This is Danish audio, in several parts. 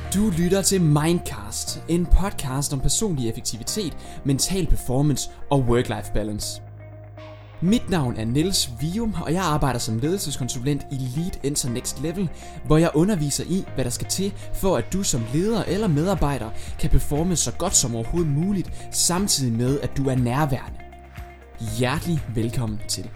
Du lytter til Mindcast, en podcast om personlig effektivitet, mental performance og work-life balance. Mit navn er Niels Vium, og jeg arbejder som ledelseskonsulent i Lead Enter Next Level, hvor jeg underviser i, hvad der skal til, for at du som leder eller medarbejder kan performe så godt som overhovedet muligt, samtidig med, at du er nærværende. Hjertelig velkommen til.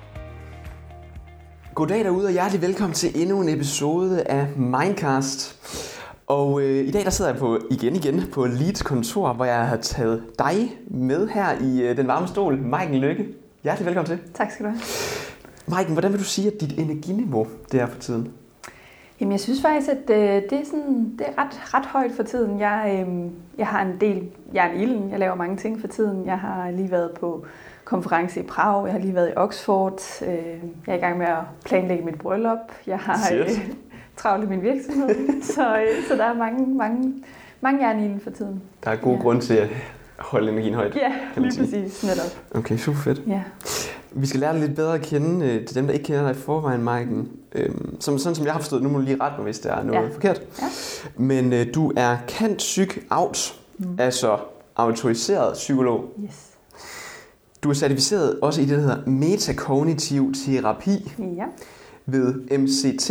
Goddag derude, og hjertelig velkommen til endnu en episode af Mindcast. Og i dag der sidder jeg igen på Leads kontor, hvor jeg har taget dig med her i den varme stol. Maiken Lykke, hjertelig velkommen til. Tak skal du have. Maiken, hvordan vil du sige, at dit energiniveau det er for tiden? Jamen, jeg synes faktisk, at det er ret højt for tiden. Jeg har en del jern i ilden. Jeg laver mange ting for tiden. Jeg har lige været på konference i Prag. Jeg har lige været i Oxford. Jeg er i gang med at planlægge mit bryllup. Jeg har travlt i min virksomhed. Så der er mange jern i ilden for tiden. Der er god grund til at holde energien højt. Ja, lige præcis. Netop. Okay, super fedt. Ja. Vi skal lære dig lidt bedre at kende til dem, der ikke kender dig i forvejen, Maiken. Sådan som jeg har forstået, nu må du lige rette mig, hvis det er noget forkert. Ja. Men du er cand.psych.out, altså autoriseret psykolog. Yes. Du er certificeret også i det, der hedder metakognitiv terapi ved MCT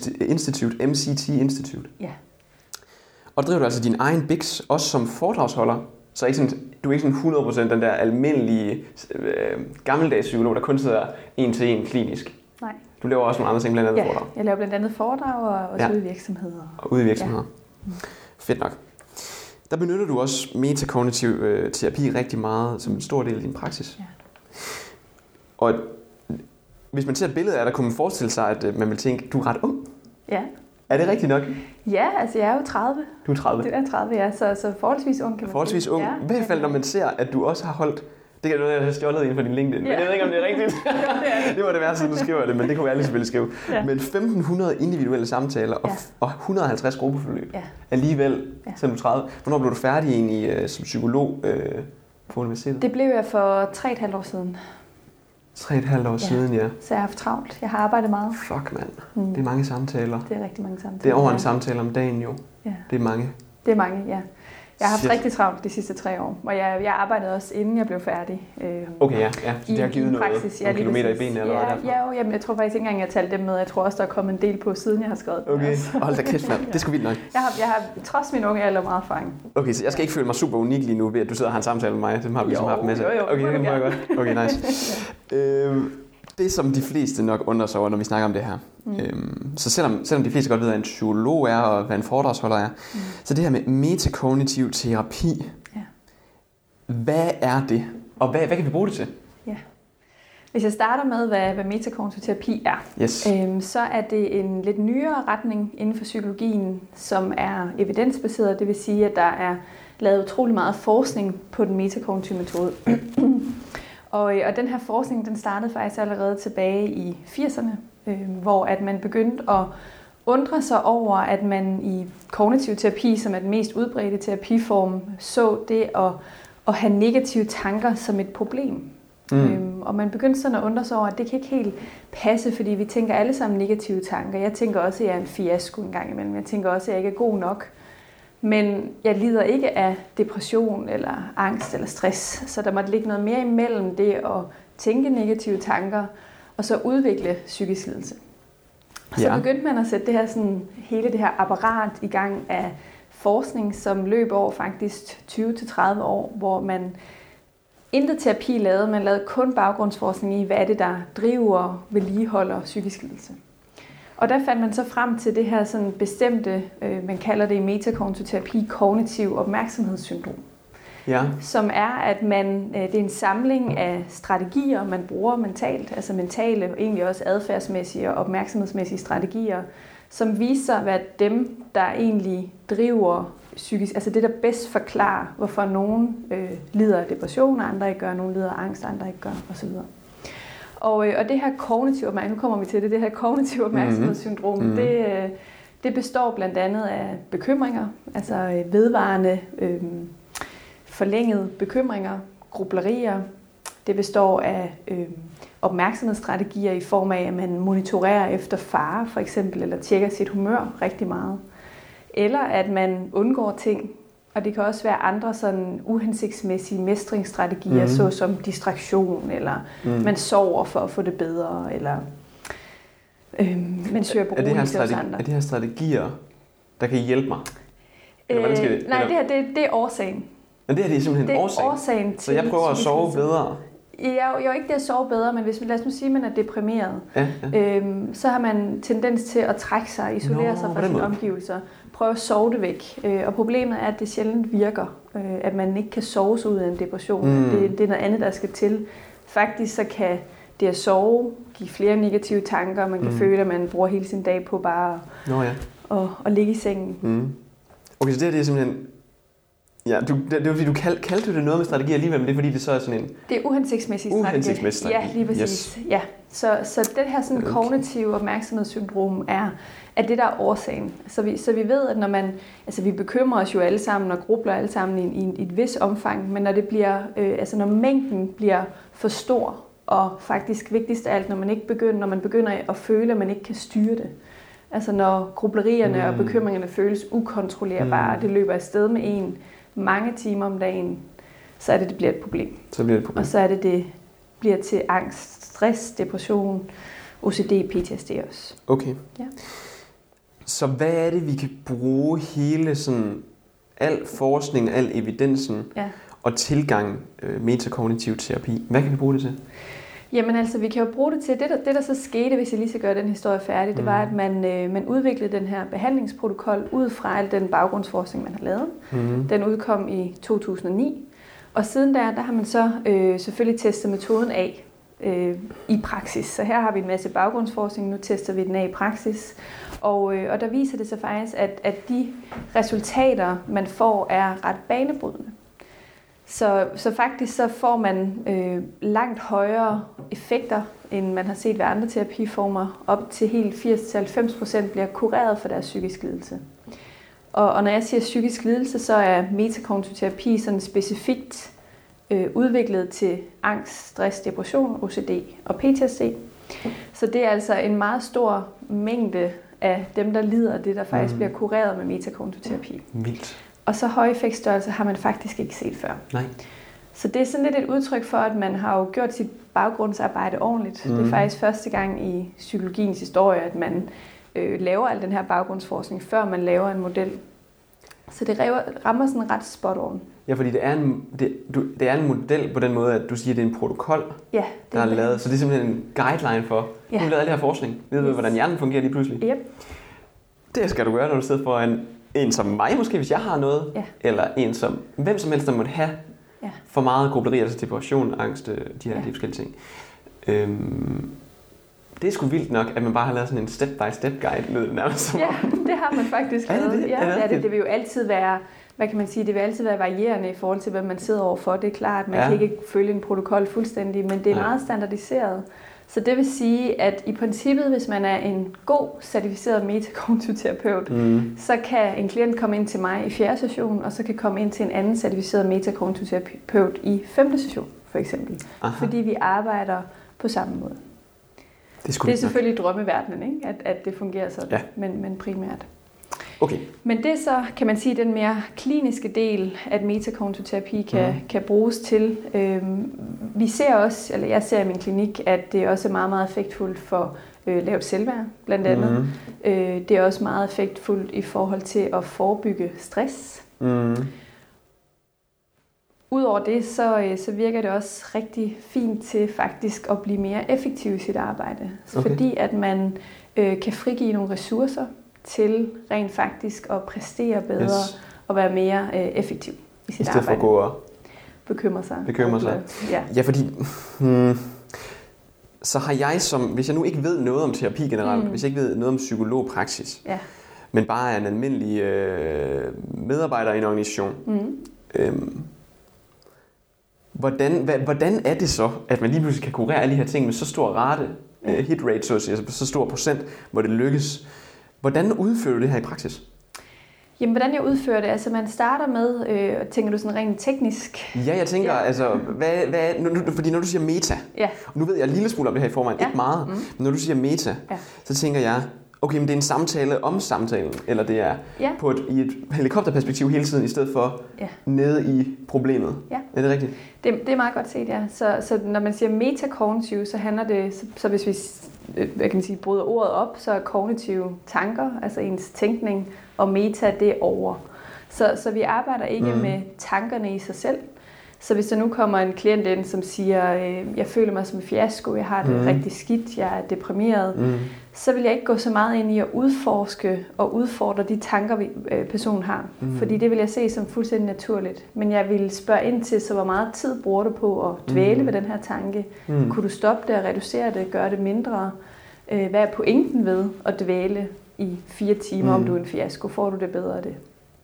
Institute. Ja. Og driver du altså din egen Bix, også som foredragsholder. Så ikke sådan, du er ikke sådan 100% den der almindelige gammeldags psykolog, der kun sidder en til en klinisk. Nej. Du laver også nogle andre ting, blandt andet foredrag. Jeg laver blandt andet foredrag og også ude i virksomheder. Og ude i virksomheder. Ja. Fedt nok. Der benytter du også metakognitiv terapi rigtig meget som en stor del af din praksis. Ja. Og hvis man ser et billede af dig, kunne man forestille sig, at man vil tænke, du er ret ung. Ja. Er det rigtigt nok? Ja, altså jeg er jo 30. Du er 30? Det er 30, ja. Så forholdsvis ung, kan man forholdsvis ung. Ja. I hvert fald, når man ser, at du også har holdt... Det kan noget, jeg har stjålet inden for din LinkedIn. Ja. Men jeg ved ikke, om det er rigtigt. Det må det være, siden du skriver det, men det kunne jeg lige selvfølgelig skrive. Ja. Men 1500 individuelle samtaler og 150 gruppeforløb. Ja. Alligevel, selvom du er 30. Hvornår blev du færdig egentlig som psykolog på universitetet? Det blev jeg for 3,5 år siden. 3,5 år siden, ja. Så jeg har haft travlt. Jeg har arbejdet meget. Fuck, mand. Det er mange samtaler. Det er rigtig mange samtaler. Det er over en samtale om dagen, jo. Ja. Det er mange. Det er mange, ja. Jeg har haft rigtig travlt de sidste 3 år, og jeg arbejdede også, inden jeg blev færdig. Okay, ja. Så det har givet praksis, nogle kilometer i benene, eller hvad derfra? Jamen, jeg tror faktisk ikke engang, jeg talte dem med. Jeg tror også, der er kommet en del på, siden jeg har skrevet dem. Okay, hold da kæft, mand. Det er sgu vildt nok. Jeg har trods min unge alder meget erfaring. Okay, så jeg skal ikke føle mig super unik lige nu, ved at du sidder og har en samtale med mig. Det har vi ligesom haft med sig. Jo, okay, det må jeg godt. Okay, nice. Det, som de fleste nok undrer sig over, når vi snakker om det her. Så selvom de fleste godt ved, hvad en psykolog er, og hvad en foredragsholder er, så det her med metakognitiv terapi, hvad er det? Og hvad kan vi bruge det til? Ja. Hvis jeg starter med, hvad metakognitiv terapi er, så er det en lidt nyere retning inden for psykologien, som er evidensbaseret. Det vil sige, at der er lavet utrolig meget forskning på den metakognitive metode. Og den her forskning, den startede faktisk allerede tilbage i 80'erne, hvor at man begyndte at undre sig over, at man i kognitiv terapi, som er den mest udbredte terapiform, så det at have negative tanker som et problem. Og man begyndte sådan at undre sig over, at det kan ikke helt passe, fordi vi tænker alle sammen negative tanker. Jeg tænker også, at jeg er en fiasko en gang imellem. Jeg tænker også, at jeg ikke er god nok. Men jeg lider ikke af depression eller angst eller stress, så der måtte ligge noget mere imellem det at tænke negative tanker og så udvikle psykisk lidelse. Så begyndte man at sætte det her hele det her apparat i gang af forskning, som løb over faktisk 20-30 år, hvor man intet terapi lavede, man lavede kun baggrundsforskning i, hvad er det, der driver, vedligeholder psykisk lidelse. Og der fandt man så frem til det her sådan bestemte, man kalder det i metakognitiv terapi, kognitiv opmærksomhedssyndrom. Ja. Som er, at det er en samling af strategier, man bruger mentalt, altså mentale og egentlig også adfærdsmæssige og opmærksomhedsmæssige strategier, som viser at være dem, der egentlig driver psykisk, altså det, der bedst forklarer, hvorfor nogen lider af depression, og andre ikke gør, nogen lider af angst, andre ikke gør, osv. Og det her kognitive opmærksomhed, nu kommer vi til det her kognitive opmærksomhedssyndrom, det består blandt andet af bekymringer, altså vedvarende, forlængede bekymringer, grublerier. Det består af opmærksomhedsstrategier i form af, at man monitorerer efter fare, for eksempel, eller tjekker sit humør rigtig meget. eller at man undgår ting. Og det kan også være andre sådan uhensigtsmæssige mestringsstrategier, såsom distraktion, eller man sover for at få det bedre, eller man søger beroligelse hos andre. Er det her strategier, der kan hjælpe mig? Nej, det er årsagen. Men det her det er simpelthen årsagen til... Så jeg prøver at sove bedre? Jo, ikke det at sove bedre, men lad os nu sige, at man er deprimeret, så har man tendens til at trække sig, isolere sig fra sine omgivelser, prøve at sove det væk. Og problemet er, at det sjældent virker, at man ikke kan sove sig ud af en depression. Det er noget andet, der skal til. Faktisk så kan det at sove give flere negative tanker, man kan føle, at man bruger hele sin dag på bare at ligge i sengen. Okay, så det er simpelthen... Ja, det var fordi, du kaldte det noget med strategi alligevel, men det er fordi, det så er sådan en... Det er uhensigtsmæssig strategi. Ja, lige præcis. Yes. Ja. Så det her sådan kognitive opmærksomhedssyndrom er det, der er årsagen. Så vi ved, at når man... Altså, vi bekymrer os jo alle sammen og grubler alle sammen i et vis omfang, men når det bliver... når mængden bliver for stor, og faktisk vigtigst af alt, når man begynder at føle, at man ikke kan styre det. Altså når grublerierne og bekymringerne føles ukontrollerbare, det løber afsted med en mange timer om dagen, så er det bliver et problem. Og så er det bliver til angst, stress, depression, OCD, PTSD også. Okay. Ja. Så hvad er det, vi kan bruge hele sådan al forskning, al evidensen og tilgang metakognitiv terapi? Hvad kan vi bruge det til? Jamen altså, vi kan jo bruge det til, det der så skete, hvis jeg lige skal gøre den historie færdig, det var, at man udviklede den her behandlingsprotokol ud fra al den baggrundsforskning, man har lavet. Den udkom i 2009, og siden der har man så selvfølgelig testet metoden af i praksis. Så her har vi en masse baggrundsforskning, nu tester vi den af i praksis, og der viser det sig faktisk, at de resultater, man får, er ret banebrydende. Så faktisk så får man langt højere effekter, end man har set ved andre terapiformer. Op til helt 80-90% bliver kureret for deres psykisk lidelse. Og når jeg siger psykisk lidelse, så er metakognitiv terapi sådan specifikt udviklet til angst, stress, depression, OCD og PTSD. Så det er altså en meget stor mængde af dem, der lider af det, der faktisk bliver kureret med metakognitiv terapi. Vildt. Og så høje effektstørrelse har man faktisk ikke set før. Nej. Så det er sådan lidt et udtryk for, at man har jo gjort sit baggrundsarbejde ordentligt. Det er faktisk første gang i psykologiens historie, at man laver al den her baggrundsforskning, før man laver en model. Så det rammer sådan ret spot on. Ja, fordi det er en model på den måde, at du siger, at det er en protokol, der er lavet. Så det er simpelthen en guideline for, nu laver alle det her forskning. Ved du, hvordan hjernen fungerer lige pludselig? Yep. Det skal du gøre, når du sidder foran en som mig måske, hvis jeg har noget, eller en som hvem som helst, der måtte have for meget grubleri, altså depression, angst, de her forskellige ting. Det er sgu vildt nok, at man bare har lavet sådan en step-by-step guide, lød det nærmest. Ja, det har man faktisk lavet. Det vil jo altid være, hvad kan man sige, det vil altid være varierende i forhold til, hvad man sidder overfor. Det er klart, man kan ikke følge en protokol fuldstændig, men det er meget standardiseret. Så det vil sige, at i princippet, hvis man er en god, certificeret metakognitiv terapeut, så kan en klient komme ind til mig i 4. session, og så kan komme ind til en anden certificeret metakognitiv terapeut i 5. session, for eksempel. Aha. Fordi vi arbejder på samme måde. Det er selvfølgelig drømmeverdenen, ikke? At det fungerer sådan, men primært. Okay. Men det så, kan man sige, den mere kliniske del, at metakognitiv terapi kan bruges til. Vi ser også, eller jeg ser i min klinik, at det også er meget, meget effektfuldt for lavt selvværd, blandt andet. Det er også meget effektfuldt i forhold til at forebygge stress. Udover det, så virker det også rigtig fint til faktisk at blive mere effektiv i sit arbejde. Fordi at man kan frigive nogle ressourcer til rent faktisk at præstere bedre og være mere effektiv i sit arbejde. I stedet for at gå og bekymre sig. Ja, fordi så har jeg hvis jeg nu ikke ved noget om terapi generelt, hvis jeg ikke ved noget om psykologpraksis, men bare er en almindelig medarbejder i en organisation, hvordan er det så, at man lige pludselig kan kurere alle de her ting med så stor rate, hit rate, så at sige, altså så stor procent, hvor det lykkes? Hvordan udfører du det her i praksis? Jamen, hvordan jeg udfører det? Altså, man starter med, tænker du sådan rent teknisk? Ja, jeg tænker, altså, fordi når du siger meta, og nu ved jeg en lille smule om det her i forvejen, ikke meget, men når du siger meta, så tænker jeg, Okay, men det er en samtale om samtalen, eller det er i et helikopterperspektiv hele tiden, i stedet for nede i problemet. Ja. Er det rigtigt? Det er meget godt set, ja. Så når man siger metakognitiv, så handler det, så hvis vi bryder ordet op, så er kognitive tanker, altså ens tænkning, og meta, det er over. Så vi arbejder ikke med tankerne i sig selv. Så hvis der nu kommer en klient ind, som siger, jeg føler mig som en fiasko, jeg har det rigtig skidt, jeg er deprimeret, så vil jeg ikke gå så meget ind i at udforske og udfordre de tanker, personen har. Fordi det vil jeg se som fuldstændig naturligt. Men jeg vil spørge ind til, så hvor meget tid bruger du på at dvæle ved den her tanke? Kunne du stoppe det og reducere det, gøre det mindre? Hvad er pointen ved at dvæle i 4 timer, om du er en fiasko? Får du det bedre af det?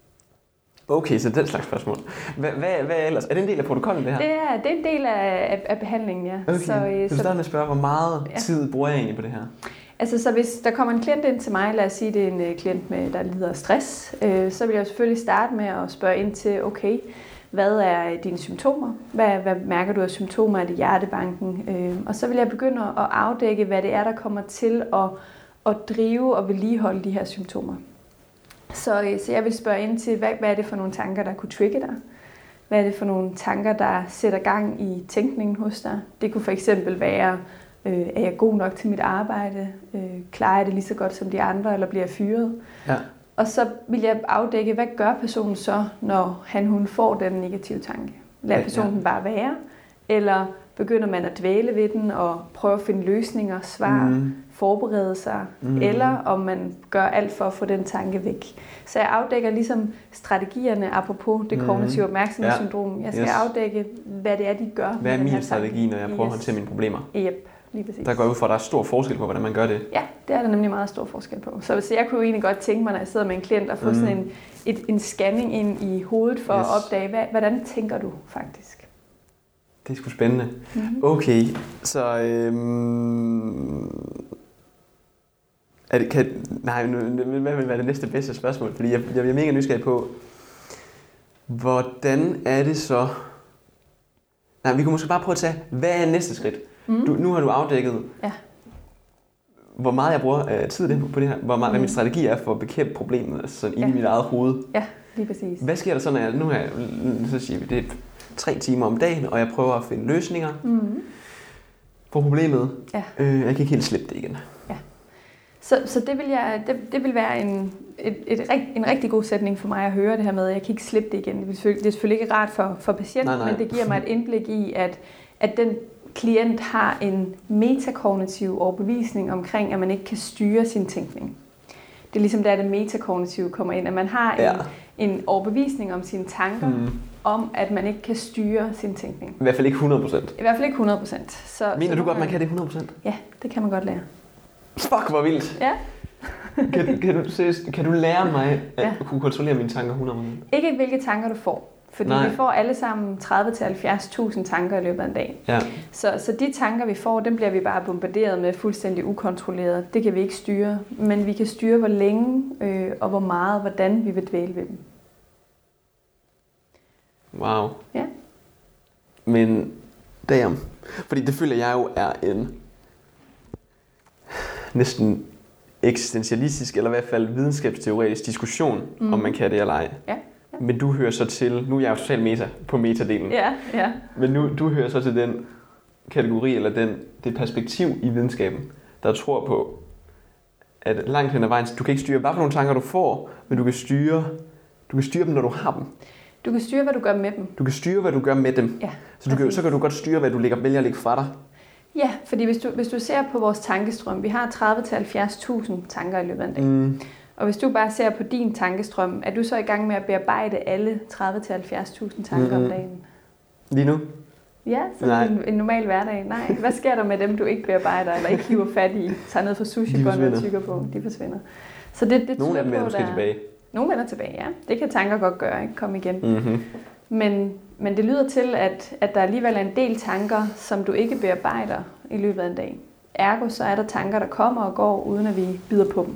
Okay, så den slags spørgsmål. Hvad ellers? Er det en del af protokollen, det her? Det er en del af behandlingen, ja. Okay. Så starter med at spørge, hvor meget tid bruger jeg egentlig på det her? Altså, så hvis der kommer en klient ind til mig, lad os sige, det er en klient, der lider af stress, så vil jeg selvfølgelig starte med at spørge ind til, okay, hvad er dine symptomer? Hvad mærker du af symptomer? Er det hjertebanken? Og så vil jeg begynde at afdække, hvad det er, der kommer til at drive og vedligeholde de her symptomer. Så jeg vil spørge ind til, hvad er det for nogle tanker, der kunne trigge dig? Hvad er det for nogle tanker, der sætter gang i tænkningen hos dig? Det kunne for eksempel være, er jeg god nok til mit arbejde? Klarer jeg det lige så godt som de andre, eller bliver jeg fyret? Ja. Og så vil jeg afdække, hvad gør personen så, når hun får den negative tanke? Lader personen bare være? Eller begynder man at dvæle ved den og prøve at finde løsninger, svar, forberede sig, eller om man gør alt for at få den tanke væk. Så jeg afdækker ligesom strategierne apropos det kognitive opmærksomhedssyndrom. Jeg skal afdække, hvad det er, de gør. Hvad er min strategi, når jeg prøver at håndtere mine problemer? Yep, lige præcis. Der går ud fra, at der er stor forskel på, hvordan man gør det. Ja, det er der nemlig meget stor forskel på. Så jeg kunne egentlig godt tænke mig, når jeg sidder med en klient, at få sådan en scanning ind i hovedet for at opdage, hvordan tænker du faktisk? Det er sgu spændende. Okay, så hvad vil være det næste bedste spørgsmål? Fordi jeg er mega nysgerrig på, hvordan er det så... Nej, vi kunne måske bare prøve at tage, hvad er næste skridt? Nu har du afdækket, hvor meget jeg bruger tid på det her, hvad min strategi er for at bekæmpe problemet, altså sådan inde i mit eget hoved. Ja, lige præcis. Hvad sker der så, når jeg så siger vi, det er 3 timer om dagen, og jeg prøver at finde løsninger på problemet. Ja. Jeg kan ikke helt slippe det igen. Ja. Så det vil være en rigtig god sætning for mig at høre det her med, at jeg kan ikke slippe det igen. Det er selvfølgelig ikke rart for patienten, men det giver mig et indblik i, at den klient har en metakognitiv overbevisning omkring, at man ikke kan styre sin tænkning. Det er ligesom der, det metakognitive kommer ind, at man har en overbevisning om sine tanker, om at man ikke kan styre sin tænkning. I hvert fald ikke 100%. I hvert fald ikke 100%. Mener du godt, man kan det 100%? Ja, det kan man godt lære. Fuck, hvor vildt! Ja. kan du lære mig at kunne kontrollere mine tanker 100%? Ikke hvilke tanker du får. Fordi vi får alle sammen 30-70.000 tanker i løbet af en dag. Ja. Så de tanker, vi får, dem bliver vi bare bombarderet med fuldstændig ukontrolleret. Det kan vi ikke styre. Men vi kan styre, hvor længe og hvor meget og hvordan vi vil dvæle ved dem. Wow. Ja. Men damn. Fordi det føler jeg jo er en næsten eksistentialistisk, eller i hvert fald videnskabsteoretisk diskussion, om man kan det eller ej. Ja. Men du hører så til, nu er jeg jo totalt meta på metadelen, men du hører så til den kategori, eller det perspektiv i videnskaben, der tror på, at langt hen ad vejen, du kan ikke styre, hvad for nogle tanker du får, men du kan styre dem, når du har dem. Du kan styre, hvad du gør med dem. Du kan styre, hvad du gør med dem. Ja, så kan du godt styre, hvad du vælger at lægge fra dig. Ja, fordi hvis du ser på vores tankestrøm, vi har 30-70.000 tanker i løbet af en dag. Og hvis du bare ser på din tankestrøm, er du så i gang med at bearbejde alle 30-70.000 tanker om dagen? Lige nu? Ja, så en normal hverdag. Nej, hvad sker der med dem, du ikke bearbejder, eller ikke hiver fat i, tager ned fra sushi-båndet og tykker på? De forsvinder. Så det nogle af dem er måske tilbage. Nogle vender tilbage, ja. Det kan tanker godt gøre, ikke? Komme igen. Men det lyder til, at der alligevel er en del tanker, som du ikke bearbejder i løbet af en dag. Ergo så er der tanker, der kommer og går, uden at vi bider på dem.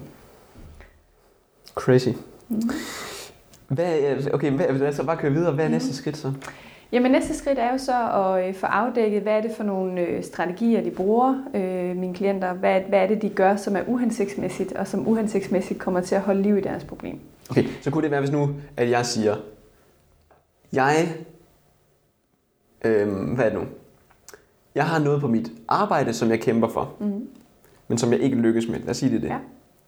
Crazy. Lad os så bare køre videre. Hvad er næste skridt så? Jamen næste skridt er jo så at få afdækket, hvad er det for nogle strategier, de bruger, mine klienter. Hvad er det, de gør, som er uhensigtsmæssigt, og som uhensigtsmæssigt kommer til at holde liv i deres problem. Okay, så kunne det være, hvis nu, at jeg siger, hvad er det nu? Jeg har noget på mit arbejde, som jeg kæmper for, men som jeg ikke lykkes med. Lad os sige det. Ja.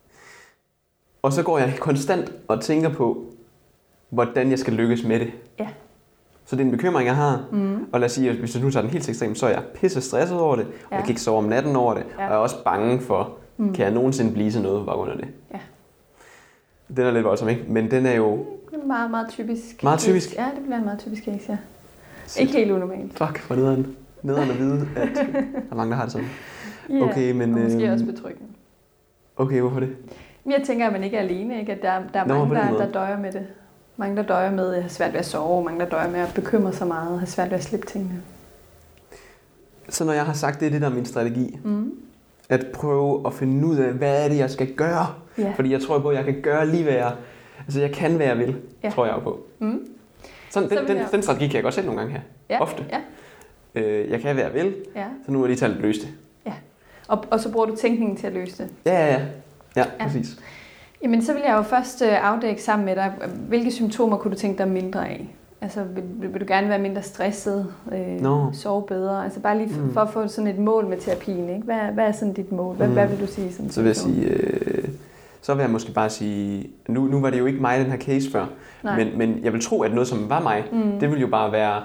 Og så går jeg konstant og tænker på, hvordan jeg skal lykkes med det. Ja. Så det er en bekymring, jeg har. Og lad os sige, at hvis du nu tager den helt ekstremt, så er jeg pisse stresset over det. Ja. Jeg kan ikke sove om natten over det. Ja. Og jeg er også bange for, kan jeg nogensinde blive til noget på grund af det. Ja. Den er lidt voldsom, ikke? Men den er jo... Meget, meget typisk. Meget typisk? Ja, det bliver en meget typisk case, ja. Ikke helt unormalt. Fuck, for nederen at vide, at der er mange, der har det sådan. Ja, okay, men, og måske også betryggende. Okay, hvorfor det? Jeg tænker, at man ikke er alene, ikke? At der er mange, der døjer med det. Mange, der døjer med at have svært ved at sove, mange, der døjer med at bekymre sig meget, have svært ved at slippe tingene. Så når jeg har sagt, det er det, der er min strategi, at prøve at finde ud af, hvad er det, jeg skal gøre? Ja. Fordi jeg tror på, at jeg kan gøre lige, hvad jeg kan, hvad jeg vil, tror jeg på. Sådan, den strategi kan jeg godt selv nogle gange have. Ja. Ofte. Ja. Jeg kan, hvad jeg vil, så nu er det til at løse det. Ja. Og så bruger du tænkningen til at løse det? Ja, præcis. Jamen, så vil jeg jo først afdække sammen med dig, hvilke symptomer kunne du tænke dig mindre af? Altså, vil du gerne være mindre stresset, sove bedre? Altså, bare lige for at få sådan et mål med terapien, ikke? Hvad er sådan dit mål? Hvad vil du sige? Sådan så vil jeg sige, så vil jeg måske bare sige, nu var det jo ikke mig, den her case før, men jeg vil tro, at noget, som var mig, det vil jo bare være,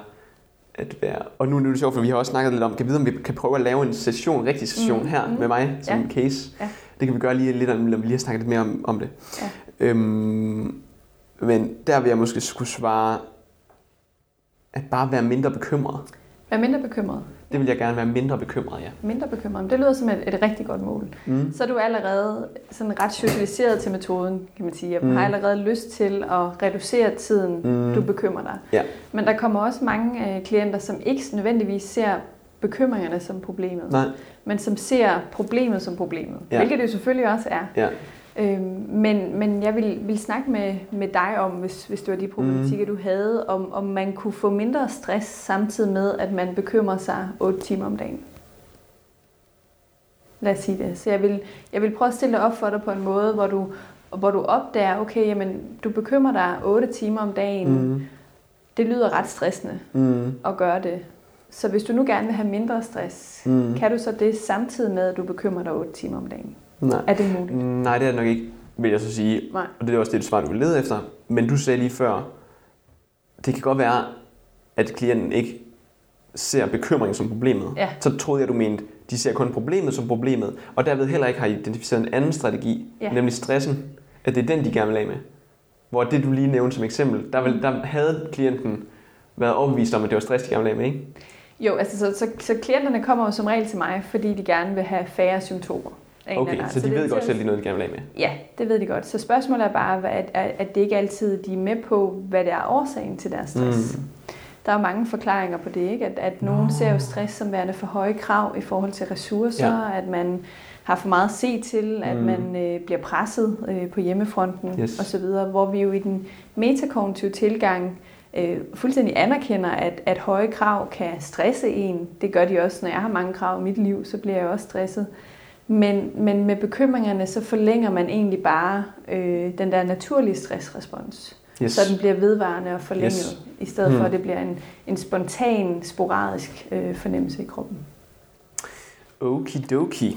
og nu er det sjovt, for vi har også snakket lidt om, kan vide, om vi kan prøve at lave en rigtig session her med mig som case. Ja. Det kan vi gøre lige lidt, når vi lige har snakket lidt mere om det. Ja. Men der vil jeg måske skulle svare, at bare være mindre bekymret. Være mindre bekymret? Det vil jeg gerne være mindre bekymret, ja. Mindre bekymret. Det lyder som et rigtig godt mål. Så er du allerede sådan ret socialiseret til metoden, kan man sige. Jeg har allerede lyst til at reducere tiden, du bekymrer dig. Ja. Men der kommer også mange klienter, som ikke nødvendigvis ser bekymringerne som problemet, men som ser problemet som problemet. Ja. Hvilket det jo selvfølgelig også er. Ja. Men jeg vil snakke med dig om, hvis det var de problematikker, du havde, om man kunne få mindre stress samtidig med, at man bekymrer sig 8 timer om dagen. Lad os sige det. Så jeg vil prøve at stille dig op for dig på en måde, hvor du opdager, okay, jamen, du bekymrer dig 8 timer om dagen. Det lyder ret stressende at gøre det. Så hvis du nu gerne vil have mindre stress, kan du så det samtidig med, at du bekymrer dig 8 timer om dagen? Nej. Er det muligt? Nej, det er det nok ikke, vil jeg så sige. Nej. Og det er også det svar, du vil lede efter. Men du sagde lige før, det kan godt være, at klienten ikke ser bekymringen som problemet. Ja. Så troede jeg, du mente, de ser kun problemet som problemet, og derved heller ikke har identificeret en anden strategi, nemlig stressen, at det er den, de gerne vil af med. Hvor det, du lige nævnte som eksempel, der havde klienten været overbevist om, at det var stress, de gerne vil af med, ikke? Jo, altså så klienterne kommer jo som regel til mig, fordi de gerne vil have færre symptomer. Okay, så de ved godt selv, at de er noget, de gerne vil af med? Ja, det ved de godt. Så spørgsmålet er bare, at det ikke altid de er med på, hvad det er årsagen til deres stress. Der er jo mange forklaringer på det, ikke? At nogen ser jo stress som værende for høje krav i forhold til ressourcer, at man har for meget at se til, at man bliver presset på hjemmefronten osv., hvor vi jo i den metakognitive tilgang fuldstændig anerkender, at høje krav kan stresse en. Det gør de også, når jeg har mange krav i mit liv, så bliver jeg også stresset. Men med bekymringerne, så forlænger man egentlig bare den der naturlige stressrespons. Så den bliver vedvarende og forlænget, i stedet for at det bliver en spontan, sporadisk fornemmelse i kroppen. Okidoki.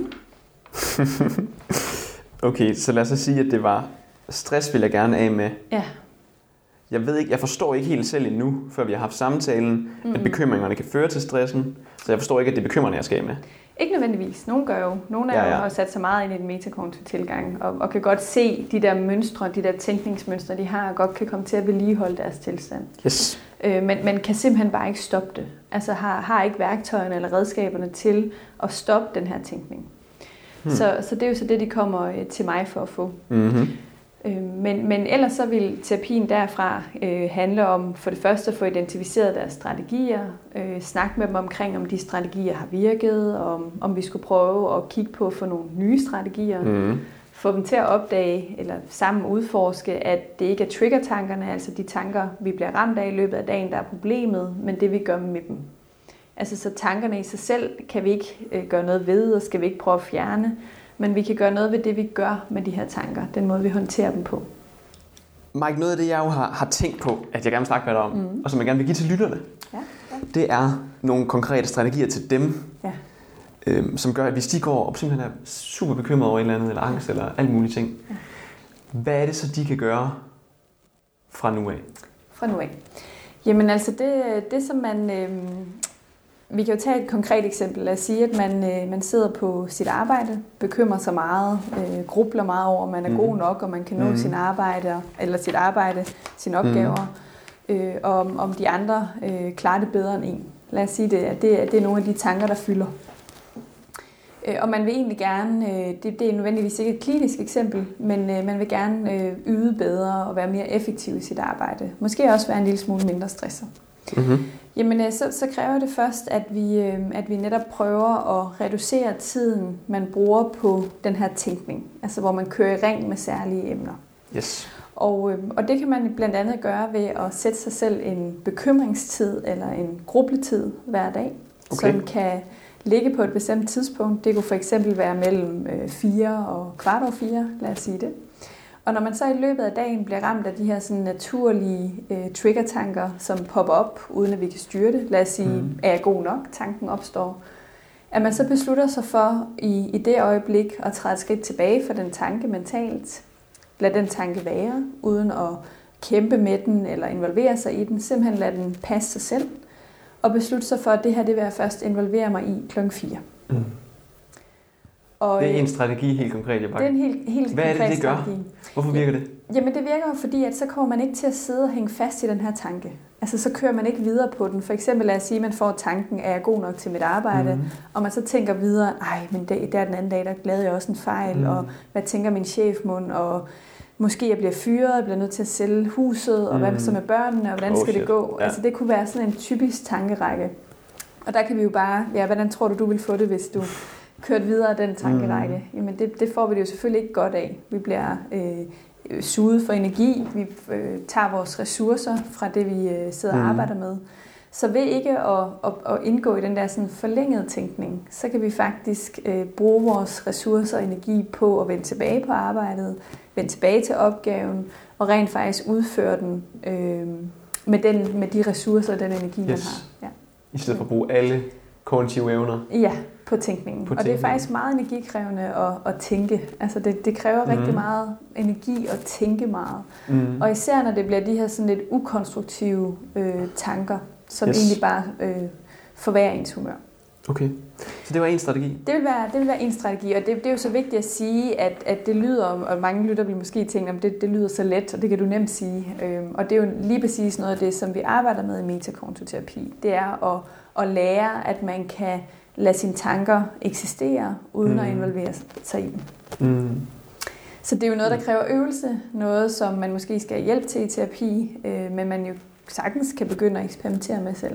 Okay, så lad os sige, at det var stress, vil jeg gerne af med. Ja. Jeg ved ikke, jeg forstår ikke helt selv endnu, før vi har haft samtalen, at bekymringerne kan føre til stressen. Så jeg forstår ikke, at det er bekymrende, jeg skal af med. Ikke nødvendigvis. Nogle gør jo. Nogle af jer har sat sig meget ind i den metakognitive tilgang, og kan godt se de der mønstre, de der tænkningsmønstre, de har, og godt kan komme til at vedligeholde deres tilstand. Yes. Men kan simpelthen bare ikke stoppe det. Altså har ikke værktøjerne eller redskaberne til at stoppe den her tænkning. Så det er jo så det, de kommer til mig for at få. Men ellers så vil terapien derfra handle om for det første at få identificeret deres strategier, snakke med dem omkring, om de strategier har virket, om vi skulle prøve at kigge på at få nogle nye strategier. få dem til at opdage eller sammen udforske, at det ikke er trigger-tankerne, altså de tanker, vi bliver ramt af i løbet af dagen, der er problemet, men det vi gør med dem. Altså så tankerne i sig selv kan vi ikke gøre noget ved, og skal vi ikke prøve at fjerne, men vi kan gøre noget ved det, vi gør med de her tanker, den måde, vi håndterer dem på. Mike, noget af det, jeg jo har tænkt på, at jeg gerne vil snakke med dig om, og som jeg gerne vil give til lytterne, det er nogle konkrete strategier til dem, som gør, at hvis de går og simpelthen er super bekymrede over et eller andet, eller angst, eller alle mulige ting, hvad er det så, de kan gøre fra nu af? Fra nu af? Jamen altså, det som man... Vi kan jo tage et konkret eksempel. Lad os sige, at man sidder på sit arbejde, bekymrer sig meget, grubler meget over, om man er god nok, og man kan nå sin arbejde, eller sine opgaver, og om de andre klarer det bedre end en. Lad os sige, det er nogle af de tanker, der fylder. Og man vil egentlig gerne, det er nødvendigvis ikke et klinisk eksempel, men man vil gerne yde bedre og være mere effektiv i sit arbejde. Måske også være en lille smule mindre stresset. Jamen, så kræver det først, at vi netop prøver at reducere tiden, man bruger på den her tænkning. Altså hvor man kører i ring med særlige emner. Yes. Og det kan man blandt andet gøre ved at sætte sig selv en bekymringstid eller en grubletid hver dag, som kan ligge på et bestemt tidspunkt. Det kunne for eksempel være mellem 4 og 4:15, lad os sige det. Og når man så i løbet af dagen bliver ramt af de her sådan naturlige trigger-tanker, som popper op, uden at vi kan styre det, lad os sige, er jeg god nok, tanken opstår, at man så beslutter sig for i det øjeblik at træde et skridt tilbage for den tanke mentalt, lad den tanke være, uden at kæmpe med den eller involvere sig i den, simpelthen lad den passe sig selv, og beslutte sig for, at det her, det vil jeg først involvere mig i 4:00. Og, det er en strategi helt konkret, jeg bare. Det er en helt Hvad konkret er det gør? Strategi. Hvorfor virker det? Jamen det virker jo fordi, at så kommer man ikke til at sidde og hænge fast i den her tanke. Altså så kører man ikke videre på den. For eksempel lad os sige, at man får tanken, er jeg god nok til mit arbejde? Og man så tænker videre, men der den anden dag, der lavede jeg også en fejl, og hvad tænker min chef mon? Og måske jeg bliver fyret, jeg bliver nødt til at sælge huset, og hvad så med børnene, og hvordan skal det gå? Ja. Altså det kunne være sådan en typisk tankerække. Og der kan vi jo bare, hvordan tror du vil få det, hvis du kørt videre af den tankerække? Jamen det får vi det jo selvfølgelig ikke godt af. Vi bliver suget for energi, vi tager vores ressourcer fra det, vi sidder og arbejder med. Så ved ikke at indgå i den der sådan forlængede tænkning, så kan vi faktisk bruge vores ressourcer og energi på at vende tilbage på arbejdet, vende tilbage til opgaven, og rent faktisk udføre den med de ressourcer og den energi, man har. Ja. I stedet for at bruge alle kognitive evner? Ja, på tænkningen. Og det er faktisk meget energikrævende at tænke. Altså det kræver rigtig meget energi at tænke meget. Og især når det bliver de her sådan lidt ukonstruktive tanker, som egentlig bare forværrer ens humør. Okay, så det var en strategi? Det vil være en strategi, og det er jo så vigtigt at sige, at det lyder, og mange lytter vil måske tænke, at det lyder så let, og det kan du nemt sige. Og det er jo lige præcis noget af det, som vi arbejder med i metakontoterapi. Det er at lære, at man kan lade sine tanker eksistere, uden at involvere sig i dem. Så det er jo noget, der kræver øvelse, noget som man måske skal have hjælp til i terapi, men man jo sagtens kan begynde at eksperimentere med selv.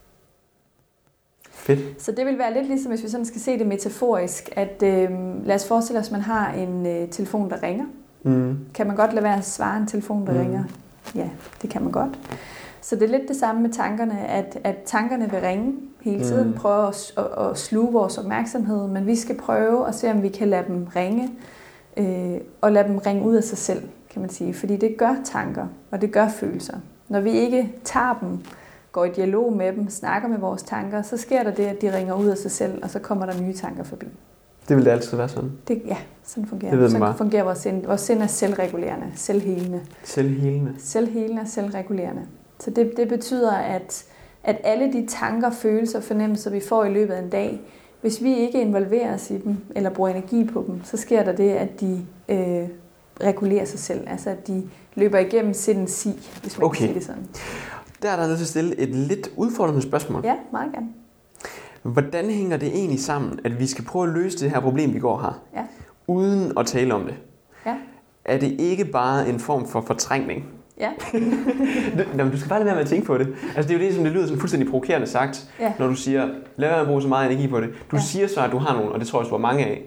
Fedt. Så det vil være lidt ligesom, hvis vi sådan skal se det metaforisk, at lad os forestille os, at man har en telefon, der ringer. Kan man godt lade være at svare en telefon, der ringer? Ja, det kan man godt. Så det er lidt det samme med tankerne, at tankerne vil ringe hele tiden, prøve at sluge vores opmærksomhed, men vi skal prøve at se, om vi kan lade dem ringe, og lade dem ringe ud af sig selv, kan man sige. Fordi det gør tanker, og det gør følelser. Når vi ikke tager dem, går i dialog med dem, snakker med vores tanker, så sker der det, at de ringer ud af sig selv, og så kommer der nye tanker forbi. Det vil det altid være sådan? Ja, sådan fungerer det. Sådan fungerer vores sind. Vores sind er selvregulerende, selvhelende. Selvhelende og selvregulerende. Så det betyder, at alle de tanker, følelser og fornemmelser, vi får i løbet af en dag, hvis vi ikke involverer os i dem, eller bruger energi på dem, så sker der det, at de regulerer sig selv. Altså at de løber igennem sindens si, hvis man kan sige det sådan. Der er der nødt til at stille et lidt udfordrende spørgsmål. Ja, meget gerne. Hvordan hænger det egentlig sammen, at vi skal prøve at løse det her problem, vi går her, uden at tale om det? Ja. Er det ikke bare en form for fortrængning? Ja. Jamen, du skal bare lade være med at tænke på det. Altså, det er jo det, som det lyder sådan fuldstændig provokerende sagt, når du siger, lad være med at bruge så meget energi på det. Du siger så, at du har nogen, og det tror jeg, du har mange af,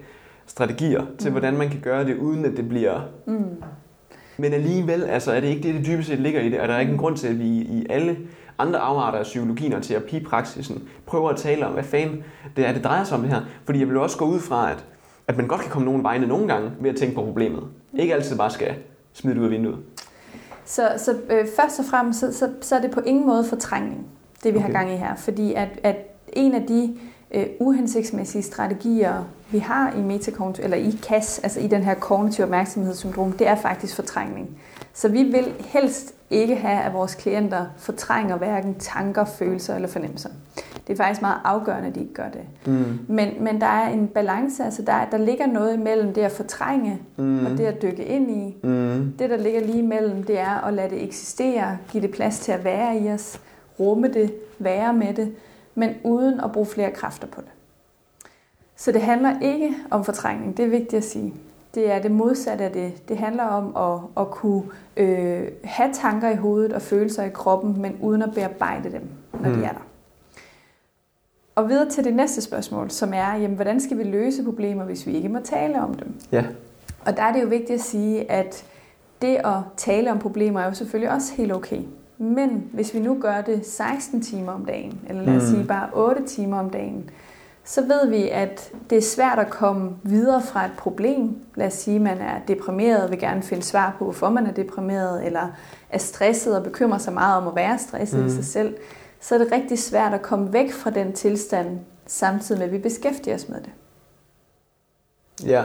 strategier til, hvordan man kan gøre det, uden at det bliver... Men alligevel, altså, er det ikke det dybest set ligger i det? Er der ikke en grund til, at vi i alle andre afarter af psykologien og terapipraksisen prøver at tale om, hvad fanden det drejer sig om det her? Fordi jeg vil også gå ud fra, at man godt kan komme nogen vegne nogle gange ved at tænke på problemet. Ikke altid bare skal smide det ud af vinduet. Så først og fremmest, så er det på ingen måde fortrængning, det vi har gang i her. Fordi at en af de uhensigtsmæssige strategier, vi har i eller i CAS, altså i den her kognitiv opmærksomhedssyndrom, det er faktisk fortrængning. Så vi vil helst ikke have, at vores klienter fortrænger hverken tanker, følelser eller fornemmelser. Det er faktisk meget afgørende, at de ikke gør det. Men der er en balance, altså der ligger noget imellem det at fortrænge og det at dykke ind i. Det, der ligger lige imellem, det er at lade det eksistere, give det plads til at være i os, rumme det, være med det, men uden at bruge flere kræfter på det. Så det handler ikke om fortrængning, det er vigtigt at sige. Det er det modsatte af det. Det handler om at kunne have tanker i hovedet og følelser i kroppen, men uden at bearbejde dem, når de er der. Og videre til det næste spørgsmål, som er, jamen, hvordan skal vi løse problemer, hvis vi ikke må tale om dem? Ja. Og der er det jo vigtigt at sige, at det at tale om problemer er jo selvfølgelig også helt okay. Men hvis vi nu gør det 16 timer om dagen, eller lad os sige bare 8 timer om dagen, så ved vi, at det er svært at komme videre fra et problem. Lad os sige, at man er deprimeret og vil gerne finde svar på, hvorfor man er deprimeret, eller er stresset og bekymrer sig meget om at være stresset i sig selv. Så er det rigtig svært at komme væk fra den tilstand, samtidig med, at vi beskæftiger os med det. Ja.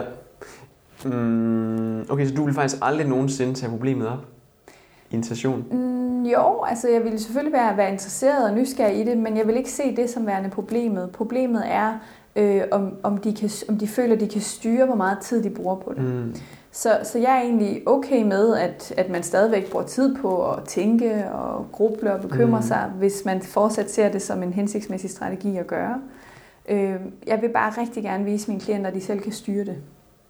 Okay, så du vil faktisk aldrig nogensinde tage problemet op i en session? Jo, altså jeg ville selvfølgelig være interesseret og nysgerrig i det, men jeg vil ikke se det som værende problemet. Problemet er, om de føler, at de kan styre, hvor meget tid de bruger på det. Så jeg er egentlig okay med, at man stadigvæk bruger tid på at tænke og gruble og bekymre sig, hvis man fortsat ser det som en hensigtsmæssig strategi at gøre. Jeg vil bare rigtig gerne vise mine klienter, at de selv kan styre det.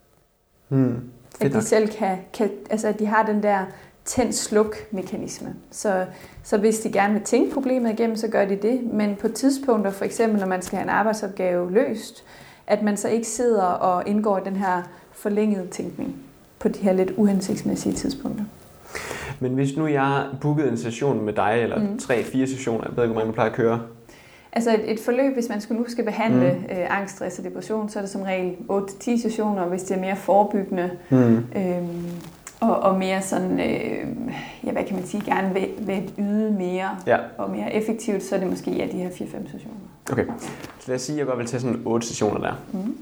At de selv kan, altså at de har den der tænd-sluk-mekanisme. Så hvis de gerne vil tænke problemet igennem, så gør de det. Men på tidspunkter, for eksempel når man skal have en arbejdsopgave løst, at man så ikke sidder og indgår i den her forlængede tænkning på de her lidt uhensigtsmæssige tidspunkter. Men hvis nu jeg bookede en session med dig, eller 3-4 sessioner, jeg ved ikke, hvor man plejer at køre. Altså et forløb, hvis man nu skal behandle angst, stress og depression, så er det som regel 8-10 sessioner, og hvis det er mere forebyggende, og mere sådan, hvad kan man sige, gerne vil yde mere og mere effektivt, så er det måske de her 4-5 sessioner. Okay, så lad os sige, at jeg godt vil tage sådan 8 sessioner der.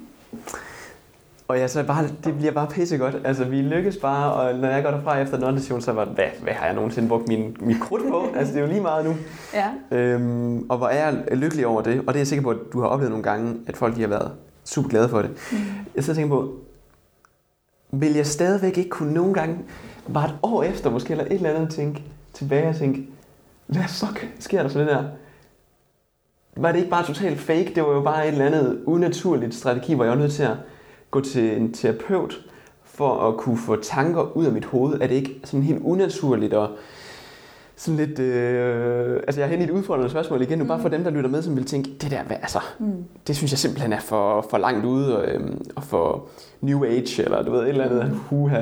Og ja, det bliver bare pissegodt. Altså, vi lykkes bare, og når jeg går derfra efter den session, så var hvad har jeg nogensinde brugt min krudt på? Altså, det er jo lige meget nu. Ja. Og hvor er jeg lykkelig over det, og det er jeg sikker på, at du har oplevet nogle gange, at folk de har været super glade for det. Jeg sidder og tænker på, vil jeg stadigvæk ikke kunne nogle gange, bare et år efter måske, eller et eller andet, tænke tilbage og tænke, hvad fuck sker der så det der? Var det ikke bare totalt fake? Det var jo bare et eller andet unaturligt strategi, hvor jeg var nødt til at gå til en terapeut for at kunne få tanker ud af mit hoved. Er det ikke sådan helt unaturligt og sådan lidt... altså jeg har hen i et udfordrende spørgsmål igen nu, bare for dem, der lytter med, som vil tænke, det der, det synes jeg simpelthen er for langt ude og for New Age, eller du ved, et eller andet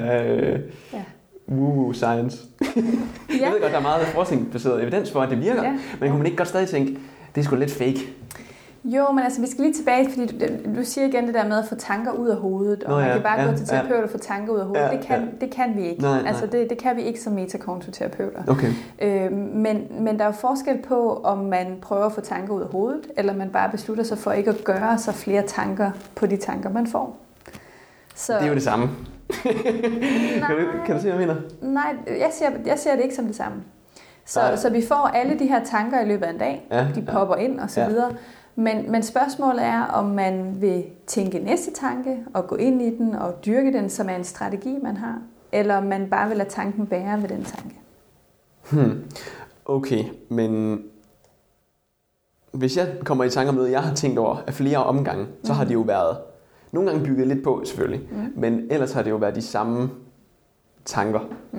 woo-woo science. Jeg ved godt, der er meget forskningsbaseret evidens for, at det virker, men kunne man ikke godt stadig tænke, det er sgu lidt fake? Jo, men altså, vi skal lige tilbage, fordi du siger igen det der med at få tanker ud af hovedet, og man kan bare gå til terapeut og få tanker ud af hovedet. Det kan vi ikke. Nej. Altså, det kan vi ikke som metakognitiv-terapeuter. Okay. Men der er jo forskel på, om man prøver at få tanker ud af hovedet, eller man bare beslutter sig for ikke at gøre sig flere tanker på de tanker, man får. Så... Det er jo det samme. Kan du se, hvad jeg mener? Nej, jeg ser det ikke som det samme. Så vi får alle de her tanker i løbet af en dag. De popper ind og så videre. Men spørgsmålet er, om man vil tænke næste tanke og gå ind i den og dyrke den, som er en strategi, man har, eller om man bare vil lade tanken bære ved den tanke. Okay, men hvis jeg kommer i tanker med, jeg har tænkt over af flere omgange, så har det jo været nogle gange bygget lidt på selvfølgelig, men ellers har det jo været de samme tanker.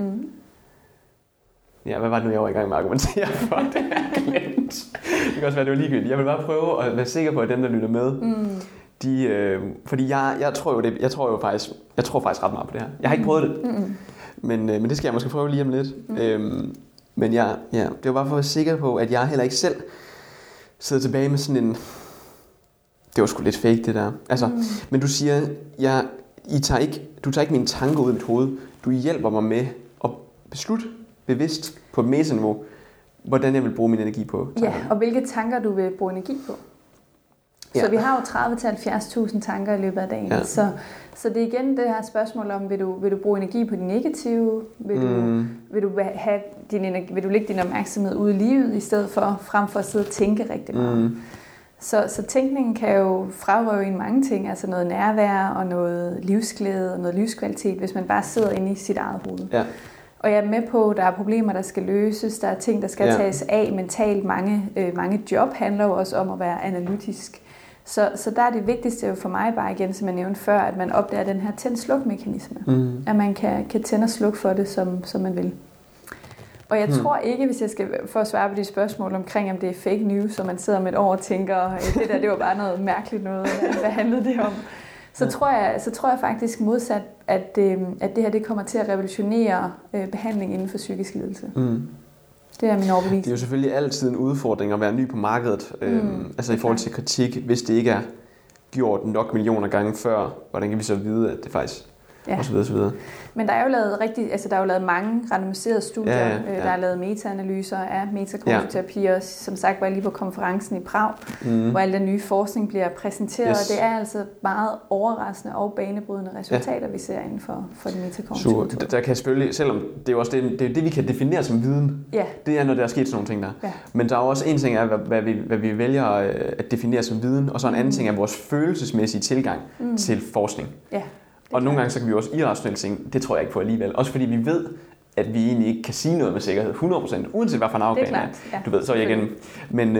Ja, hvad var det nu, jeg var i gang med at argumentere for? Det er glemt. Det kan også være, det var ligegyldigt. Jeg vil bare prøve at være sikker på, at dem, der lytter med, fordi jeg tror faktisk ret meget på det her. Jeg har ikke prøvet det, men det skal jeg måske prøve lige om lidt. Men det var bare for at være sikker på, at jeg heller ikke selv sidder tilbage med sådan en... Det var sgu lidt fake, det der. Altså, men du siger, du tager ikke mine tanker ud af mit hoved. Du hjælper mig med at beslutte bevidst på et metaniveau, hvordan jeg vil bruge min energi på tankerne. Ja, og hvilke tanker du vil bruge energi på. Så vi har jo 30-70.000 tanker i løbet af dagen. Ja. Så det er igen det her spørgsmål om, vil du bruge energi på de negative? Vil du lægge din opmærksomhed ud i livet, i stedet for frem for at sidde og tænke rigtig meget? Så tænkningen kan jo frarøve en mange ting, altså noget nærvær og noget livsglæde og noget livskvalitet, hvis man bare sidder inde i sit eget hoved. Ja. Og jeg er med på, at der er problemer, der skal løses, der er ting, der skal tages af mentalt. Mange job handler jo også om at være analytisk. Så der er det vigtigste jo for mig bare igen, som jeg nævnte før, at man opdager den her tænd-sluk-mekanisme. At man kan tænde og slukke for det, som man vil. Og jeg tror ikke, hvis jeg skal få at svare på de spørgsmål omkring, om det er fake news, og man sidder om et år og tænker, det var bare noget mærkeligt noget, hvad handlede det om? Så tror jeg faktisk modsat, at det her det kommer til at revolutionere behandling inden for psykisk lidelse. Det er min overbevisning. Det er jo selvfølgelig altid en udfordring at være ny på markedet, altså i forhold til kritik, hvis det ikke er gjort nok millioner gange før. Hvordan kan vi så vide, at det faktisk... Og så videre, så videre. Men der er jo lavet mange randomiserede studier. Der er lavet meta-analyser af metakognitiv også. Som sagt var jeg lige på konferencen i Prag, hvor al den nye forskning bliver præsenteret. Og det er altså meget overraskende og banebrydende resultater, vi ser inden for de metakognitive. Så der kan selvfølgelig, selvom det er jo også det vi kan definere som viden. Det er, når der er sket sådan nogle ting der. Men der er også en ting af, hvad vi vælger at definere som viden, og så en anden ting af vores følelsesmæssige tilgang til forskning. Og nogle gange så kan vi også irrationelt tænke, det tror jeg ikke på alligevel. Også fordi vi ved, at vi egentlig ikke kan sige noget med sikkerhed 100%, uanset hvad for en afgræn er. Du ved, så er jeg igen. Men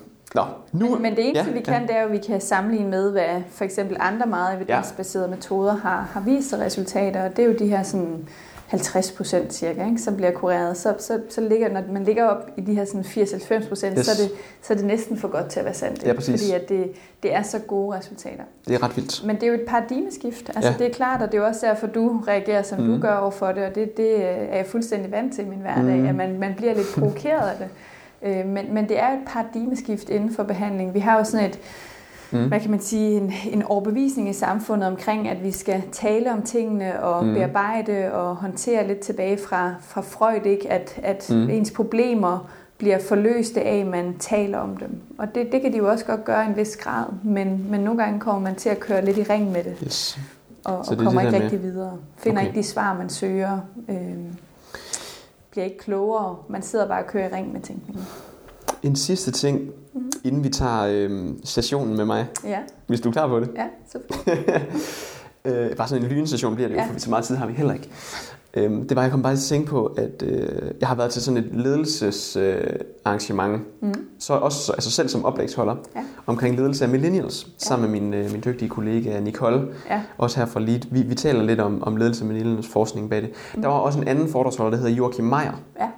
det eneste vi kan, det er jo, at vi kan sammenligne med, hvad for eksempel andre meget evidensbaserede metoder har vist sig resultater. Og det er jo de her sådan 50% cirka, ikke, som bliver kureret. Så ligger, når man ligger op i de her sådan 80-90%, så er det næsten for godt til at være sandt. Ja, præcis. Fordi at det er så gode resultater. Det er ret vildt. Men det er jo et paradigmeskift. Altså det er klart, og det er jo også derfor, du reagerer, som du gør over for det. Og det er jeg fuldstændig vant til i min hverdag, at man bliver lidt provokeret af det. Men det er et paradigmeskift inden for behandling. Vi har jo sådan et hvad kan man sige, en overbevisning i samfundet omkring, at vi skal tale om tingene og bearbejde og håndtere lidt tilbage fra Freud, ikke? At ens problemer bliver forløste af, at man taler om dem. Og det kan de jo også godt gøre i en vis grad, men nogle gange kommer man til at køre lidt i ring med det, og kommer ikke rigtig videre. Finder ikke de svar, man søger, bliver ikke klogere, man sidder bare og kører i ring med tænkningen. En sidste ting, inden vi tager sessionen med mig. Hvis du er klar på det. Ja, selvfølgelig. Bare sådan en lynsession bliver det jo, for så meget tid har vi heller ikke. Det var, jeg kom bare til at tænke på, at jeg har været til sådan et ledelsesarrangement, så også altså selv som oplægsholder, omkring ledelse af millennials, sammen med min dygtige kollega Nicole, også her fra LEAD. Vi taler lidt om ledelse af millennials forskning bag det. Der var også en anden foredragsholder, der hedder Joachim Meyer.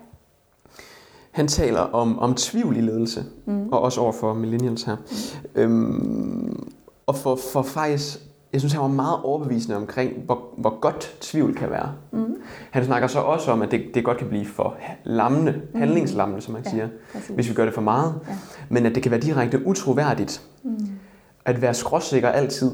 Han taler om tvivl i ledelse, og også over for millennials her. Og for faktisk, jeg synes, han var meget overbevisende omkring, hvor godt tvivl kan være. Han snakker så også om, at det godt kan blive for lammende, handlingslammende, som man siger, hvis vi gør det for meget. Men at det kan være direkte utroværdigt at være skråsikker altid.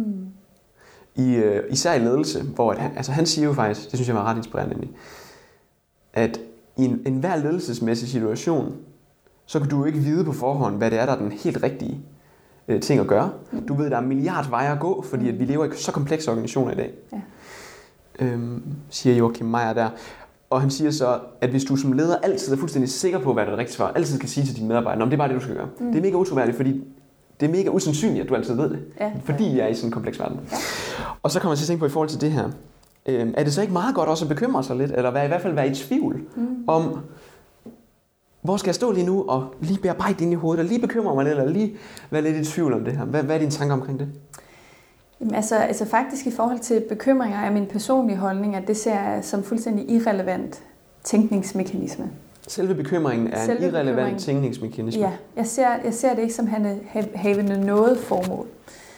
Især i ledelse, hvor han siger jo faktisk, det synes jeg var ret inspirerende, at i enhver ledelsesmæssig situation, så kan du ikke vide på forhånd, hvad det er, der er den helt rigtige ting at gøre. Du ved, der er en milliard veje at gå, fordi at vi lever i så komplekse organisationer i dag. Siger Joachim Meyer der. Og han siger så, at hvis du som leder altid er fuldstændig sikker på, hvad der er rigtigt svar, altid kan sige til dine medarbejdere, det er bare det, du skal gøre. Det er mega utroværdigt, fordi det er mega usandsynligt, at du altid ved det. Fordi vi er i sådan en kompleks verden. Og så kommer jeg til at tænke på i forhold til det her. Er det så ikke meget godt også at bekymre sig lidt, eller i hvert fald være i tvivl om, hvor skal jeg stå lige nu, og lige bearbejde det ind i hovedet, og lige bekymre mig lidt, eller lige være lidt i tvivl om det her. Hvad er dine tanker omkring det? Jamen, altså faktisk i forhold til bekymringer er min personlige holdning, at det ser jeg som fuldstændig irrelevant tænkningsmekanisme. Selve bekymringen er en irrelevant tænkningsmekanisme? Ja, jeg ser det ikke som havende noget formål.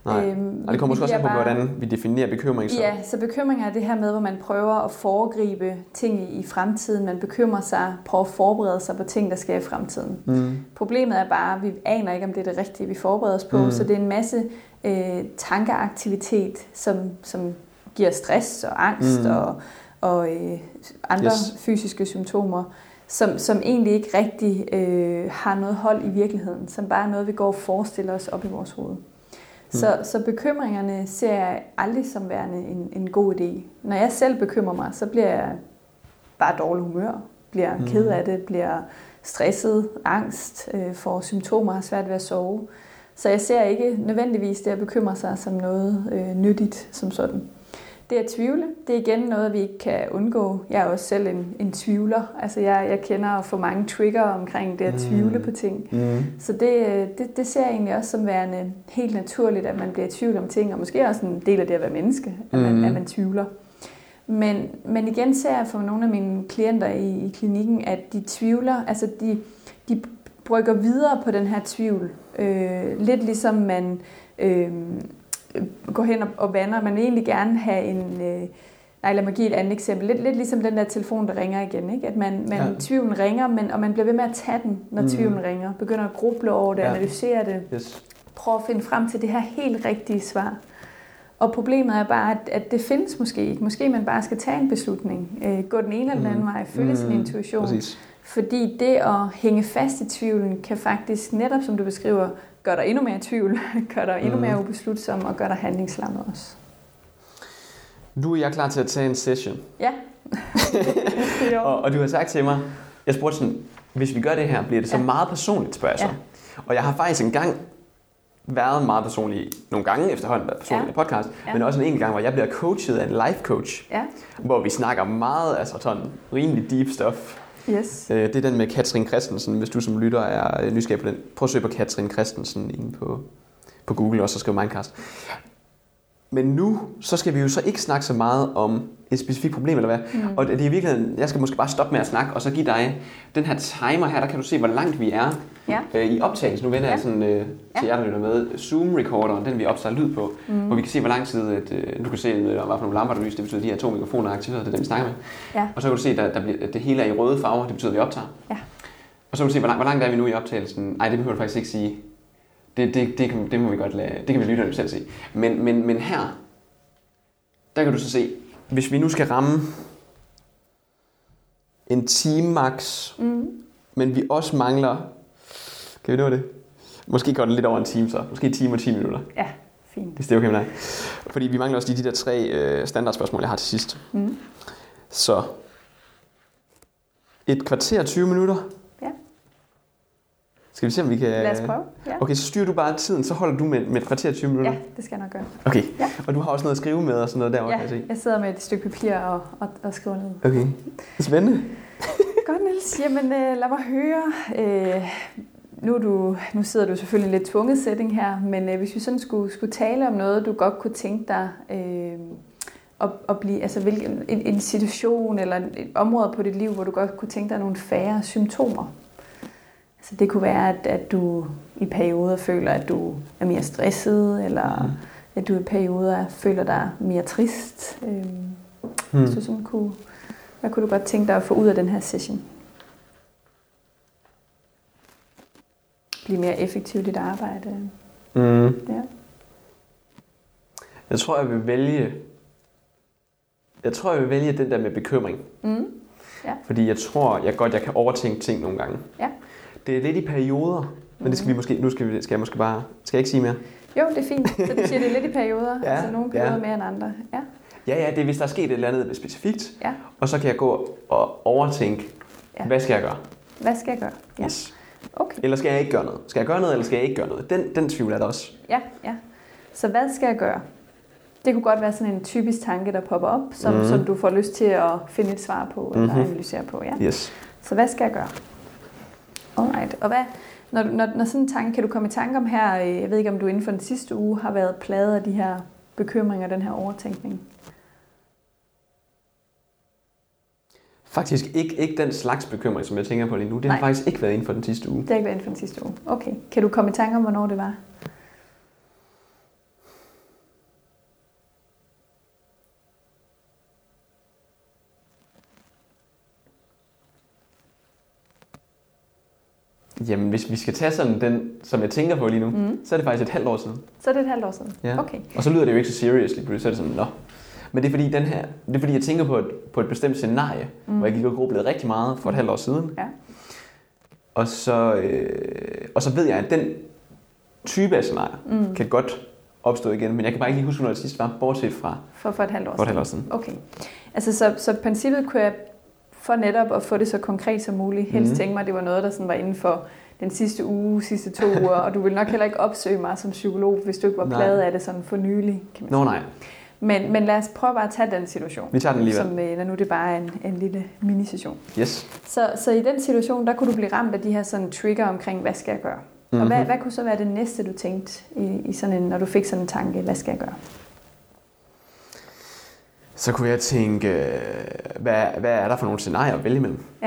Nej. Og det kommer måske også an på, hvordan vi definerer bekymring. Så. Ja, så bekymring er det her med, hvor man prøver at foregribe ting i fremtiden. Man bekymrer sig, prøver at forberede sig på ting, der sker i fremtiden. Problemet er bare, at vi aner ikke, om det er det rigtige, vi forbereder os på. Så det er en masse tankeaktivitet, som giver stress og angst og andre fysiske symptomer, som egentlig ikke rigtig har noget hold i virkeligheden, som bare er noget, vi går og forestiller os op i vores hoved. Så bekymringerne ser jeg aldrig som værende en god idé. Når jeg selv bekymrer mig, så bliver jeg bare dårlig humør, bliver ked af det, bliver stresset, angst, får symptomer, har svært ved at sove. Så jeg ser ikke nødvendigvis det at bekymre sig som noget nyttigt som sådan. Det at tvivle, det er igen noget, vi ikke kan undgå. Jeg er også selv en tvivler. Altså jeg kender at få mange trigger omkring det at tvivle på ting. Så det ser jeg egentlig også som værende helt naturligt, at man bliver i tvivl om ting, og måske også en del af det at være menneske, at man tvivler. Men igen ser jeg for nogle af mine klienter i klinikken, at de tvivler, altså de brygger videre på den her tvivl. Lidt ligesom man går hen og vander. Man vil egentlig gerne have lad mig give et andet eksempel. Lidt ligesom den der telefon, der ringer igen. Ikke? At tvivlen ringer, og man bliver ved med at tage den, når tvivlen ringer. Begynder at gruble over det, analysere det. Prøv at finde frem til det her helt rigtige svar. Og problemet er bare, at det findes måske ikke. Måske man bare skal tage en beslutning. Gå den ene eller den anden vej. Følge sin intuition. Præcis. Fordi det at hænge fast i tvivlen, kan faktisk netop, som du beskriver, gør dig endnu mere tvivl, gør dig endnu mere ubeslutsom og gør dig handlingslammet også. Nu er jeg klar til at tage en session. Ja. og du har sagt til mig, jeg spurgte sådan, hvis vi gør det her, bliver det så meget personligt, spørger jeg så. Og jeg har faktisk engang været meget personlig, nogle gange efterhånden været personlig i podcast, men også en gang, hvor jeg bliver coachet af en life coach, hvor vi snakker meget, altså sådan rimelig deep stuff. Yes. Det er den med Katrin Christensen, hvis du som lytter er nysgerrig på den. Prøv at søge på Katrin Christensen inde på Google, og så skriv Mindcast. Men nu, så skal vi jo så ikke snakke så meget om et specifikt problem, eller hvad? Og det er i virkeligheden, jeg skal måske bare stoppe med at snakke, og så give dig den her timer her, der kan du se, hvor langt vi er i optagelsen. Nu vender jeg sådan til jer, der lytter med, Zoom-recorderen, den vi optager lyd på, hvor vi kan se, hvor lang tid, du kan se, hvad for nogle lamper, der lyser, det betyder, at de her 2 mikrofoner er aktiveret, det er dem, vi snakker med. Og så kan du se, at det hele er i røde farver, det betyder, at vi optager. Og så kan du se, hvor langt er vi nu i optagelsen. Nej, det behøver du faktisk ikke sige. Det må vi godt lade, det kan vi lytterne selv se. Men her, der kan du så se, hvis vi nu skal ramme en time max, men vi også mangler, kan vi nå det? Måske går det lidt over en time så, måske 1 time og 10 minutter. Ja, fint. Hvis det er okay med dig. Fordi vi mangler også de der 3 standardspørgsmål, jeg har til sidst. Så et kvarter 20 minutter. Skal vi se, om vi kan... Lad os prøve. Okay, så styrer du bare tiden, så holder du med et kvarter 20 minutter? Ja, det skal jeg nok gøre. Okay, og du har også noget at skrive med og sådan noget derovre, kan jeg se? Jeg sidder med et stykke papir og skriver ned. Okay, spændende. Godt, Niels. Jamen, lad mig høre. Nu sidder du selvfølgelig i en lidt tvunget setting her, men hvis vi sådan skulle tale om noget, du godt kunne tænke dig at blive, altså en situation eller et område på dit liv, hvor du godt kunne tænke dig nogle færre symptomer. Så det kunne være, at du i perioder føler, at du er mere stresset, eller at du i perioder føler dig mere trist. Så sådan hvad kunne du godt tænke dig at få ud af den her session? Blive mere effektiv i dit arbejde. Ja. Jeg tror, jeg vil vælge den der med bekymring. Fordi jeg tror, jeg kan overtænke ting nogle gange. Det er lidt i perioder, men det skal vi måske, skal jeg ikke sige mere? Jo, det er fint. Så du siger, det er lidt i perioder, altså nogle perioder mere end andre. Ja, det er, hvis der er sket et eller andet specifikt, og så kan jeg gå og overtænke, hvad skal jeg gøre? Hvad skal jeg gøre? Ja. Yes. Okay. Eller skal jeg ikke gøre noget? Skal jeg gøre noget, eller skal jeg ikke gøre noget? Den tvivl er der også. Ja. Så hvad skal jeg gøre? Det kunne godt være sådan en typisk tanke, der popper op, som du får lyst til at finde et svar på, eller analysere på. Ja? Yes. Så hvad skal jeg gøre? Alright. Og hvad, når sådan en tanke, kan du komme i tanke om her, jeg ved ikke, om du inden for den sidste uge har været plaget af de her bekymringer, den her overtænkning? Faktisk ikke den slags bekymring, som jeg tænker på lige nu. Det har faktisk ikke været inden for den sidste uge. Det har ikke været inden for den sidste uge. Okay. Kan du komme i tanke om, hvornår det var? Jamen, hvis vi skal tage sådan den, som jeg tænker på lige nu, så er det faktisk et halvt år siden. Så er det et halvt år siden? Ja. Okay. Og så lyder det jo ikke så seriously, så er det sådan, nå. Men det er fordi, jeg tænker på et bestemt scenarie, hvor jeg gik og grublede rigtig meget for et halvt år siden. Ja. Og så ved jeg, at den type af scenarier kan godt opstå igen, men jeg kan bare ikke lige huske, når det sidste var, bortset fra for et halvt år siden. For et halvt år siden. Okay. Altså, så princippet kunne jeg for netop at få det så konkret som muligt, helst tænke mig, at det var noget, der sådan var inden for den sidste uge, sidste 2 uger, og du ville nok heller ikke opsøge mig som psykolog, hvis du ikke var plaget af det sådan for nylig, kan man sige. Nej. Men lad os prøve bare at tage den situation. Vi tager den alligevel. Som nu det bare er en lille minisession. Yes. Så i den situation, der kunne du blive ramt af de her sådan trigger omkring, hvad skal jeg gøre? Og hvad kunne så være det næste, du tænkte, i sådan en, når du fik sådan en tanke, hvad skal jeg gøre? Så kunne jeg tænke, hvad er der for nogle scenarier at vælge imellem? Ja.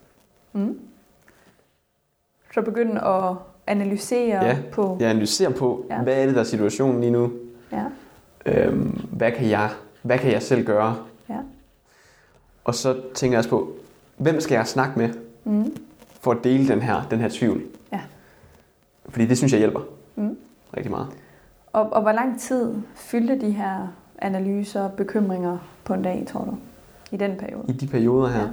Så begynde at analysere på... Ja, analysere på, hvad er det, der er situationen lige nu? Ja. Hvad kan jeg selv gøre? Ja. Og så tænker jeg også på, hvem skal jeg snakke med for at dele den her tvivl? Ja. Fordi det synes jeg hjælper rigtig meget. Og hvor lang tid fyldte de her analyser og bekymringer på en dag, tror du? I den periode? I de perioder her? Ja.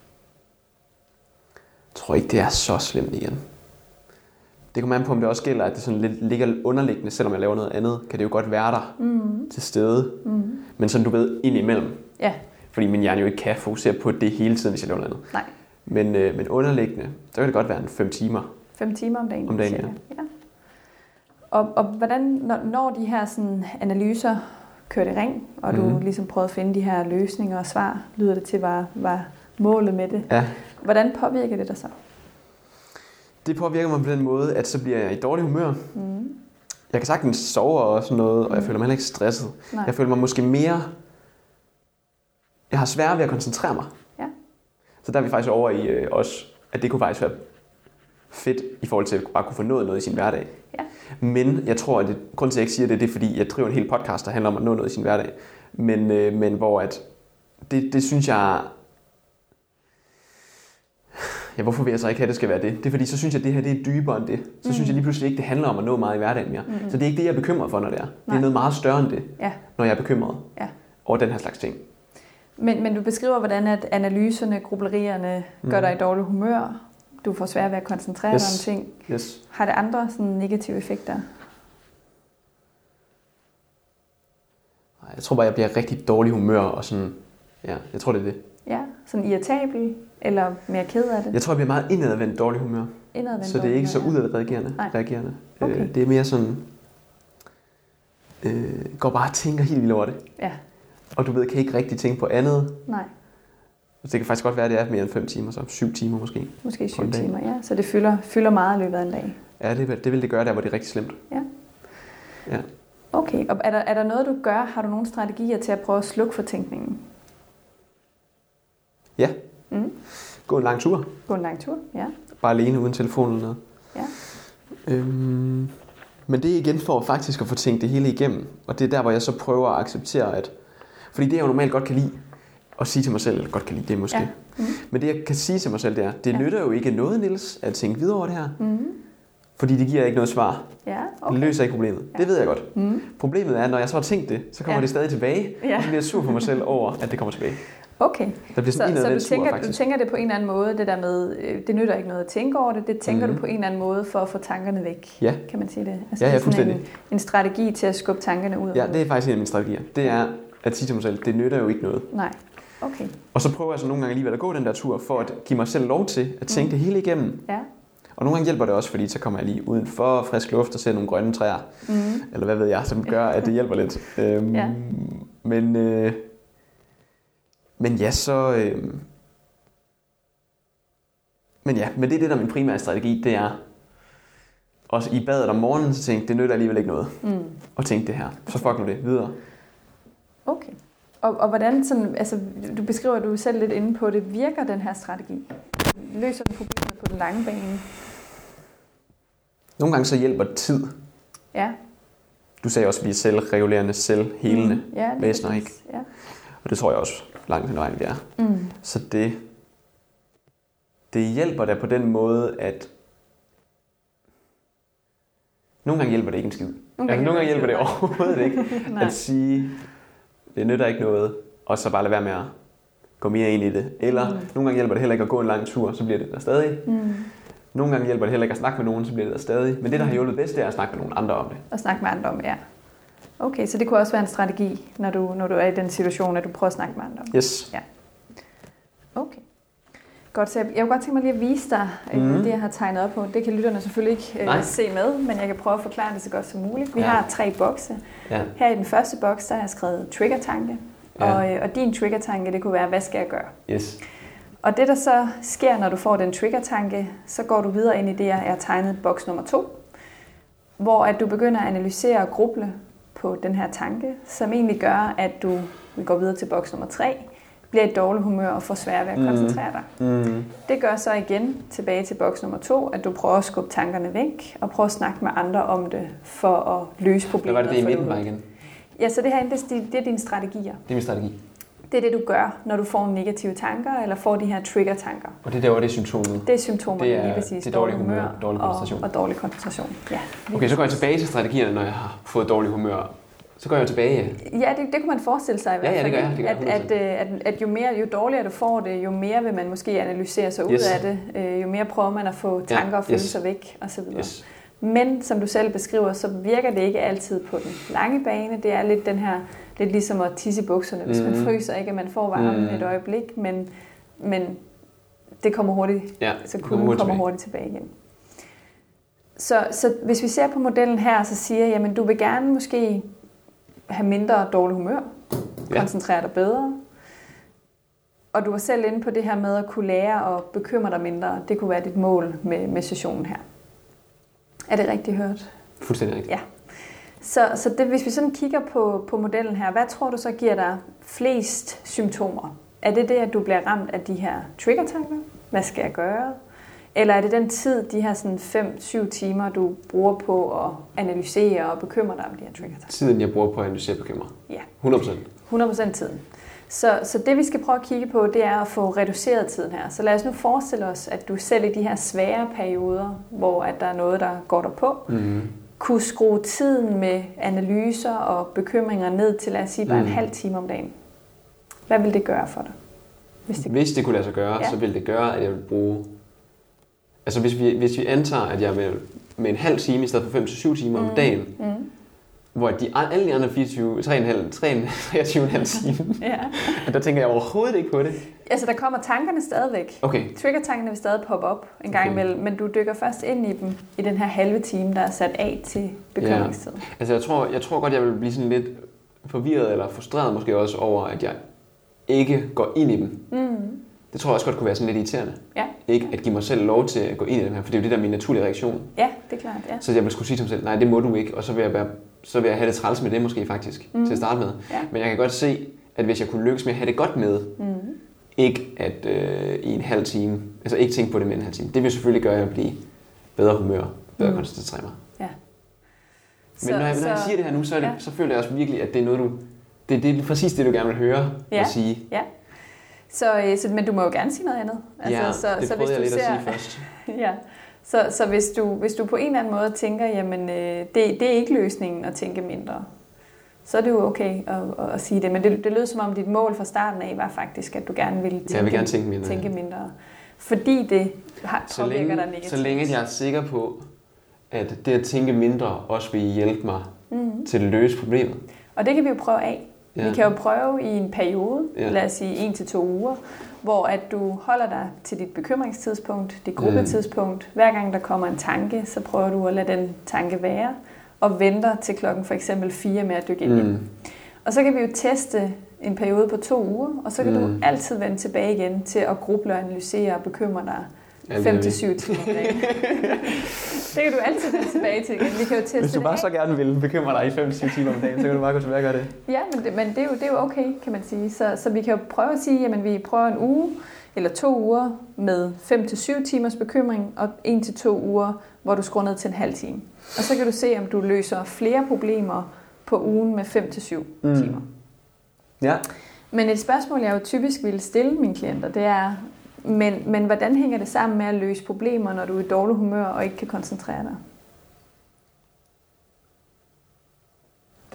Jeg tror ikke, det er så slemt igen. Det kommer an på, om det også gælder, at det sådan lidt ligger underliggende, selvom jeg laver noget andet, kan det jo godt være der til stede. Men sådan, du ved, indimellem. Ja. Fordi min hjerne jo ikke kan fokusere på det hele tiden, hvis jeg laver noget andet. Nej. Men underliggende, så kan det godt være en 5 timer. 5 timer om dagen? Om dagen, ja. Og hvordan, når de her sådan, analyser kørte i ring, og du ligesom prøvede at finde de her løsninger og svar, lyder det til, var målet med det. Ja. Hvordan påvirker det dig så? Det påvirker mig på den måde, at så bliver jeg i dårlig humør. Jeg kan sagtens sove og sådan noget, og jeg føler mig heller ikke stresset. Nej. Jeg føler mig måske mere... Jeg har sværere ved at koncentrere mig. Ja. Så der er vi faktisk over i også, at det kunne faktisk være fedt i forhold til at bare kunne få noget i sin hverdag. Ja. Men jeg tror, at grunden til, at jeg ikke siger det, det er, fordi jeg driver en hel podcast, der handler om at nå noget i sin hverdag. Men hvor at det synes jeg... Ja, hvorfor vil jeg så ikke have, at det skal være det? Det er fordi, så synes jeg, at det her det er dybere end det. Så synes jeg lige pludselig ikke, det handler om at nå meget i hverdagen mere. Så det er ikke det, jeg er bekymret for, når det er. Det er noget meget større end det, når jeg er bekymret over den her slags ting. Men du beskriver, hvordan at analyserne, grublerierne gør dig i dårlig humør. Du får svært ved at koncentrere dig om ting. Yes. Har det andre sådan negative effekter? Jeg tror bare, jeg bliver rigtig dårlig humør og sådan... Ja, jeg tror, det er det. Ja, sådan irritabel eller mere ked af det? Jeg tror, jeg bliver meget indadvendt dårlig humør. Så det er ikke så udadreagerende. Okay. Det er mere sådan... går bare og tænker helt vildt over det. Ja. Og du ved, kan ikke rigtig tænke på andet. Nej. Så det kan faktisk godt være, at det er mere end 5 timer, så 7 timer måske. Måske 7 timer, ja. Så det fylder meget i løbet af en dag. Ja, det vil det gøre der, hvor det er rigtig slemt. Ja. Okay, og er der noget, du gør? Har du nogle strategier til at prøve at slukke for tænkningen? Ja. Gå en lang tur. Ja. Bare alene, uden telefon eller noget. Ja. Men det er igen for faktisk at få tænkt det hele igennem. Og det er der, hvor jeg så prøver at acceptere, at... Fordi det, jeg jo normalt godt kan lide, at sige til mig selv, eller godt kan lide det måske. Ja. Men det, jeg kan sige til mig selv, det er, det nytter jo ikke noget, Niels, at tænke videre over det her. Fordi det giver ikke noget svar. Ja, okay. Det løser ikke problemet. Ja. Det ved jeg godt. Problemet er, at når jeg så har tænkt det, så kommer det stadig tilbage. Og så bliver jeg sur på mig selv over, at det kommer tilbage. Okay. Der bliver sådan så du tænker det på en eller anden måde, det der med, det nytter ikke noget at tænke over det, det tænker du på en eller anden måde for at få tankerne væk. Ja. Kan man sige det? Altså, ja, det er fuldstændig. En strategi til at skubbe tankerne ud. Ja, det er faktisk en af mine strategier. Det er at sige til mig selv, det nytter jo ikke noget. Nej. Okay. Og så prøver jeg så nogle gange alligevel at gå den der tur, for at give mig selv lov til at tænke det hele igennem. Ja. Og nogle gange hjælper det også, fordi så kommer jeg lige uden for frisk luft og ser nogle grønne træer. Eller hvad ved jeg, som gør, at det hjælper lidt. Ja. Men ja, så... Men det er det, der er min primære strategi, det er... Også i badet om morgenen, så tænkte det nytter alligevel ikke noget. At tænke det her. Så fuck nu det videre. Okay. Og hvordan sådan... Altså, du beskriver, du selv lidt inde på det. Virker den her strategi? Løser den problemet på den lange bane? Nogle gange så hjælper tid. Ja. Du sagde også, at vi er selvregulerende, selvhelende væsener, ikke? Ja. Og det tror jeg også langt hen ad vejen, vi er. Så det hjælper da på den måde, at Nogle gange hjælper det ikke en skid. Nogle gange hjælper det overhovedet ikke at sige, det nytter ikke noget, og så bare lade være med at gå mere ind i det. Eller nogle gange hjælper det heller ikke at gå en lang tur, så bliver det der stadig. Nogle gange hjælper det heller ikke at snakke med nogen, så bliver det der stadig. Men det, der har hjulpet bedst, det er at snakke med nogle andre om det. At snakke med andre om, ja. Okay, så det kunne også være en strategi, når du er i den situation, at du prøver at snakke med andre om. Yes. Ja. Okay. Godt, så jeg kunne godt tænke mig lige at vise dig det, jeg har tegnet op på. Det kan lytterne selvfølgelig ikke se med, men jeg kan prøve at forklare det så godt som muligt. Vi har 3 bokse. Ja. Her i den første boks, der har jeg skrevet trigger-tanke. Ja. Og din trigger-tanke, det kunne være, hvad skal jeg gøre? Yes. Og det, der så sker, når du får den trigger-tanke, så går du videre ind i det, jeg har tegnet boks nummer 2, hvor at du begynder at analysere og gruble på den her tanke, som egentlig gør, at du går videre til boks nummer 3, bliver i dårligt humør og får svært ved at koncentrere dig. Det gør så igen tilbage til boks nummer 2, at du prøver at skubbe tankerne væk, og prøver at snakke med andre om det, for at løse problemet. Hvad var det i midten var igen? Ja, så det her, det er dine strategier. Det er min strategi. Det er det, du gør, når du får negative tanker, eller får de her trigger-tanker. Og det der var det symptomet? Det er symptomerne, lige præcis. Det er dårlig humør, dårlig koncentration. Og dårlig koncentration, ja. Okay, så går jeg tilbage til strategierne, når jeg har fået dårlig humør. Så går jeg tilbage. Ja, det kunne man forestille sig i hvert fald. Ja, det gør jeg. At jo dårligere du får det, jo mere vil man måske analysere sig ud af det. Jo mere prøver man at få tanker og følelser væk, osv. Yes. Men som du selv beskriver, så virker det ikke altid på den lange bane. Det er lidt den her, lidt ligesom at tisse i bukserne. Hvis man fryser, ikke at man får varmen et øjeblik, men det kommer hurtigt, så kulden kommer hurtigt tilbage igen. Så hvis vi ser på modellen her, så siger jeg, jamen du vil gerne måske have mindre dårlig humør, koncentrere dig bedre, og du er selv inde på det her med at kunne lære og bekymre dig mindre. Det kunne være dit mål med sessionen her. Er det rigtigt hørt? Fuldstændig rigtigt. Ja. Så det, hvis vi sådan kigger på modellen her, hvad tror du så giver dig flest symptomer? Er det det, at du bliver ramt af de her trigger-tanker? Hvad skal jeg gøre? Eller er det den tid, de her 5-7 timer, du bruger på at analysere og bekymre dig om de her trigger-tanker? Tiden, jeg bruger på at analysere og bekymre? Ja. 100%? 100% tiden. Så det, vi skal prøve at kigge på, det er at få reduceret tiden her. Så lad os nu forestille os, at du selv i de her svære perioder, hvor at der er noget, der går der på, kunne skrue tiden med analyser og bekymringer ned til, lad os sige, bare en halv time om dagen. Hvad vil det gøre for dig? Hvis det kunne lade sig gøre, så vil det gøre, at jeg vil bruge... Altså hvis vi antager, at jeg vil med en halv time i stedet for 5-7 timer om dagen, hvor alle de andre 23,5 timer, der tænker jeg overhovedet ikke på det. Altså der kommer tankerne stadigvæk. Okay. Trigger-tankerne vil stadig poppe op en gang imellem, men du dykker først ind i dem i den her halve time, der er sat af til bekymringstid. Ja. Altså jeg tror godt, jeg vil blive sådan lidt forvirret eller frustreret måske også over, at jeg ikke går ind i dem. Det tror jeg også godt kunne være sådan lidt irriterende. Ja. Ikke at give mig selv lov til at gå ind i dem her, for det er jo det der min naturlige reaktion. Ja, det er klart, ja. Så jeg vil skulle sige til mig selv, nej, det må du ikke, og så vil jeg have det træls med det måske faktisk, til at starte med. Ja. Men jeg kan godt se, at hvis jeg kunne lykkes med at have det godt med, ikke at i en halv time, altså ikke tænke på det med en halv time, det vil selvfølgelig gøre, at jeg bliver bedre humør, bedre koncentrere mig. Ja. Men når jeg siger det her nu, så føler jeg også virkelig, at det er noget, det er præcis det, du gerne vil høre og sige. Ja. Men du må jo gerne sige noget andet. Altså, det prøvede jeg lidt at sige først. Ja. Så hvis du på en eller anden måde tænker, jamen det er ikke løsningen at tænke mindre, så er det jo okay at sige det. Men det lød som om dit mål fra starten af var faktisk, at du gerne ville tænke mindre. Fordi det påvirker dig negativt. Så længe jeg er sikker på, at det at tænke mindre også vil hjælpe mig til at løse problemet. Og det kan vi jo prøve af. Ja. Vi kan jo prøve i en periode, lad os sige 1-2 uger, hvor at du holder dig til dit bekymringstidspunkt, dit gruppetidspunkt. Hver gang der kommer en tanke, så prøver du at lade den tanke være, og venter til klokken for eksempel 4 med at dykke ind i den. Og så kan vi jo teste en periode på 2 uger, og så kan du altid vende tilbage igen til at gruble og analysere og bekymre dig 5-7 timer om dagen. Det kan du altid vende tilbage til igen. Vi kan jo teste. Hvis du bare så gerne vil bekymre dig i 5-7 timer om dagen, så kan du bare gå tilbage og gøre det. Ja, men det er jo okay, kan man sige. Så vi kan jo prøve at sige, at vi prøver en uge eller 2 uger med 5-7 timers bekymring, og 1-2 uger, hvor du skruer ned til en halv time. Og så kan du se, om du løser flere problemer på ugen med 5-7 timer. Ja. Men et spørgsmål, jeg jo typisk ville stille mine klienter, det er, men hvordan hænger det sammen med at løse problemer, når du er i dårlig humør og ikke kan koncentrere dig?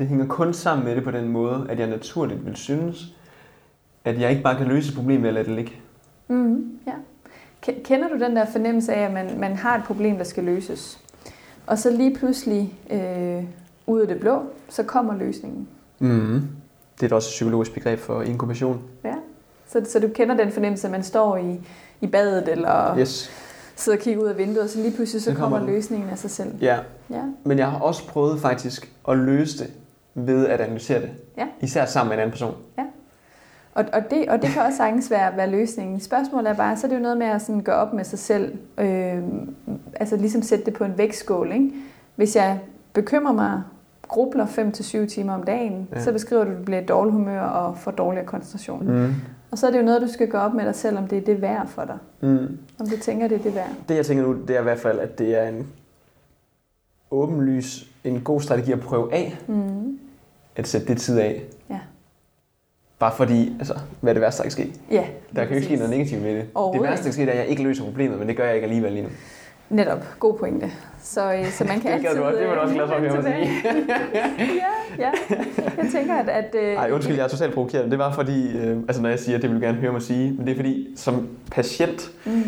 det hænger kun sammen med det på den måde, at jeg naturligt vil synes, at jeg ikke bare kan løse problemet ved at lade det ligge. Ja. Kender du den der fornemmelse af, at man har et problem, der skal løses? Og så lige pludselig, ud af det blå, så kommer løsningen. Det er da også et psykologisk begreb for inkubation. Ja, så du kender den fornemmelse, at man står i badet, eller sidder og kigger ud af vinduet, og så lige pludselig så kommer løsningen af sig selv. Ja, men jeg har også prøvet faktisk at løse det ved at analysere det. Ja. Især sammen med en anden person. Ja. Og det kan også sagtens være løsningen. Spørgsmålet er bare, så er det jo noget med at sådan gøre op med sig selv. Altså ligesom sætte det på en vægtskål, ikke? Hvis jeg bekymrer mig, grubler 5-7 timer om dagen, så beskriver du, at du bliver i dårlig humør og får dårligere koncentration. Og så er det jo noget, du skal gøre op med dig selv, om det er det værd for dig. Om du tænker, det er det værd. Det jeg tænker nu, det er i hvert fald, at det er en åbenlys, en god strategi at prøve af. At sætte det tid af. Ja. Bare fordi, altså, hvad er det værste, der kan ske? Ja. Der kan jo ikke ske noget negativt med det. Det værste, der kan ske, er, at jeg ikke løser problemet, men det gør jeg ikke alligevel lige nu. Netop. God pointe. Så man kan altid... Det var du også glad for, at jeg må sige. Ja. Jeg tænker, at... Ej, undskyld, jeg er totalt provokeret. Det var fordi, altså når jeg siger, at det vil du gerne høre mig sige, men det er fordi, som patient,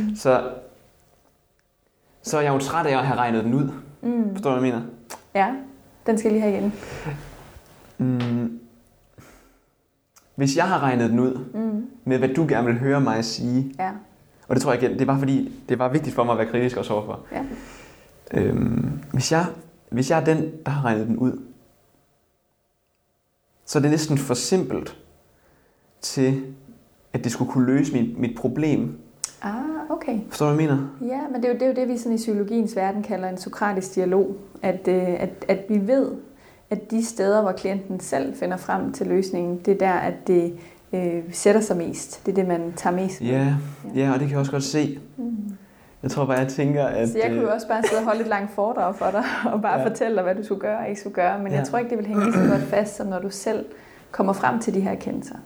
så er jeg jo træt af at have regnet den ud. Forstår du, hvad jeg mener? Ja, den skal jeg lige have igen. Hvis jeg har regnet den ud, med hvad du gerne vil høre mig sige, og det tror jeg igen, det er bare fordi, det var vigtigt for mig at være kritisk også overfor. Ja. Hvis jeg er den, der har regnet den ud, så er det næsten for simpelt til, at det skulle kunne løse mit problem. Okay. Forstår du, hvad jeg mener? Ja, men det er jo det, vi sådan i psykologiens verden kalder en sokratisk dialog. At vi ved, at de steder, hvor klienten selv finder frem til løsningen, det er der, at det sætter sig mest. Det er det, man tager mest med. Ja, og det kan jeg også godt se. Jeg tror bare, jeg tænker, at... Så jeg kunne jo også bare sidde og holde et langt foredrag for dig, og bare fortælle dig, hvad du skulle gøre og ikke skulle gøre. Men jeg tror ikke, det vil hænge lige så godt fast, som når du selv kommer frem til de her erkendelser.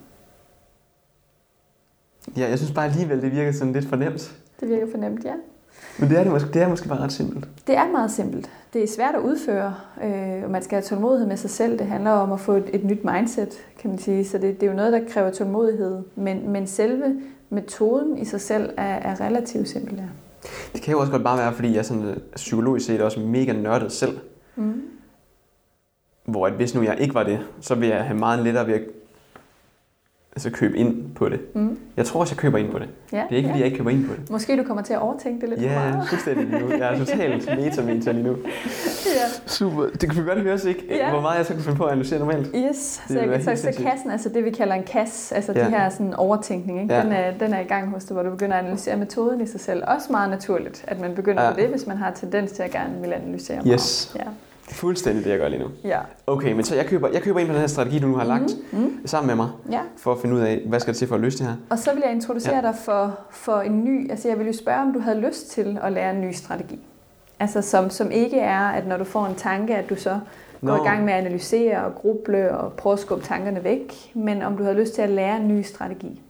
Ja, jeg synes bare alligevel, det virker sådan lidt for nemt. Det virker for nemt, ja. Men det er måske bare ret simpelt. Det er meget simpelt. Det er svært at udføre, og man skal have tålmodighed med sig selv. Det handler om at få et nyt mindset, kan man sige. Så det er jo noget, der kræver tålmodighed. Men selve metoden i sig selv er relativt simpel, ja. Det kan jo også godt bare være, fordi jeg sådan psykologisk set også mega nørdet selv. Hvor at hvis nu jeg ikke var det, så vil jeg have meget lettere ved at købe ind på det. Jeg tror også, jeg køber ind på det. Ja, det er ikke, fordi jeg ikke køber ind på det. Måske du kommer til at overtænke det lidt for meget. Ja, fuldstændig lige nu. Jeg er totalt meta lige nu. Super. Det kan vi godt høre, ikke? Hvor meget jeg så kan finde på at analysere normalt. Yes. Så kassen, altså det vi kalder en kasse, altså de her sådan overtænkning, ikke? Den er i gang hos dig, hvor du begynder at analysere metoden i sig selv. Også meget naturligt, at man begynder på det, hvis man har tendens til at gerne vil analysere meget. Ja. Fuldstændig det, jeg gør lige nu. Ja. Okay, men så jeg køber ind på den her strategi, du nu har lagt sammen med mig, for at finde ud af, hvad skal der til for at løse det her. Og så vil jeg introducere dig for en ny, altså jeg vil jo spørge, om du havde lyst til at lære en ny strategi. Altså som ikke er, at når du får en tanke, at du så går i gang med at analysere og gruble og prøve at skubbe tankerne væk, men om du havde lyst til at lære en ny strategi.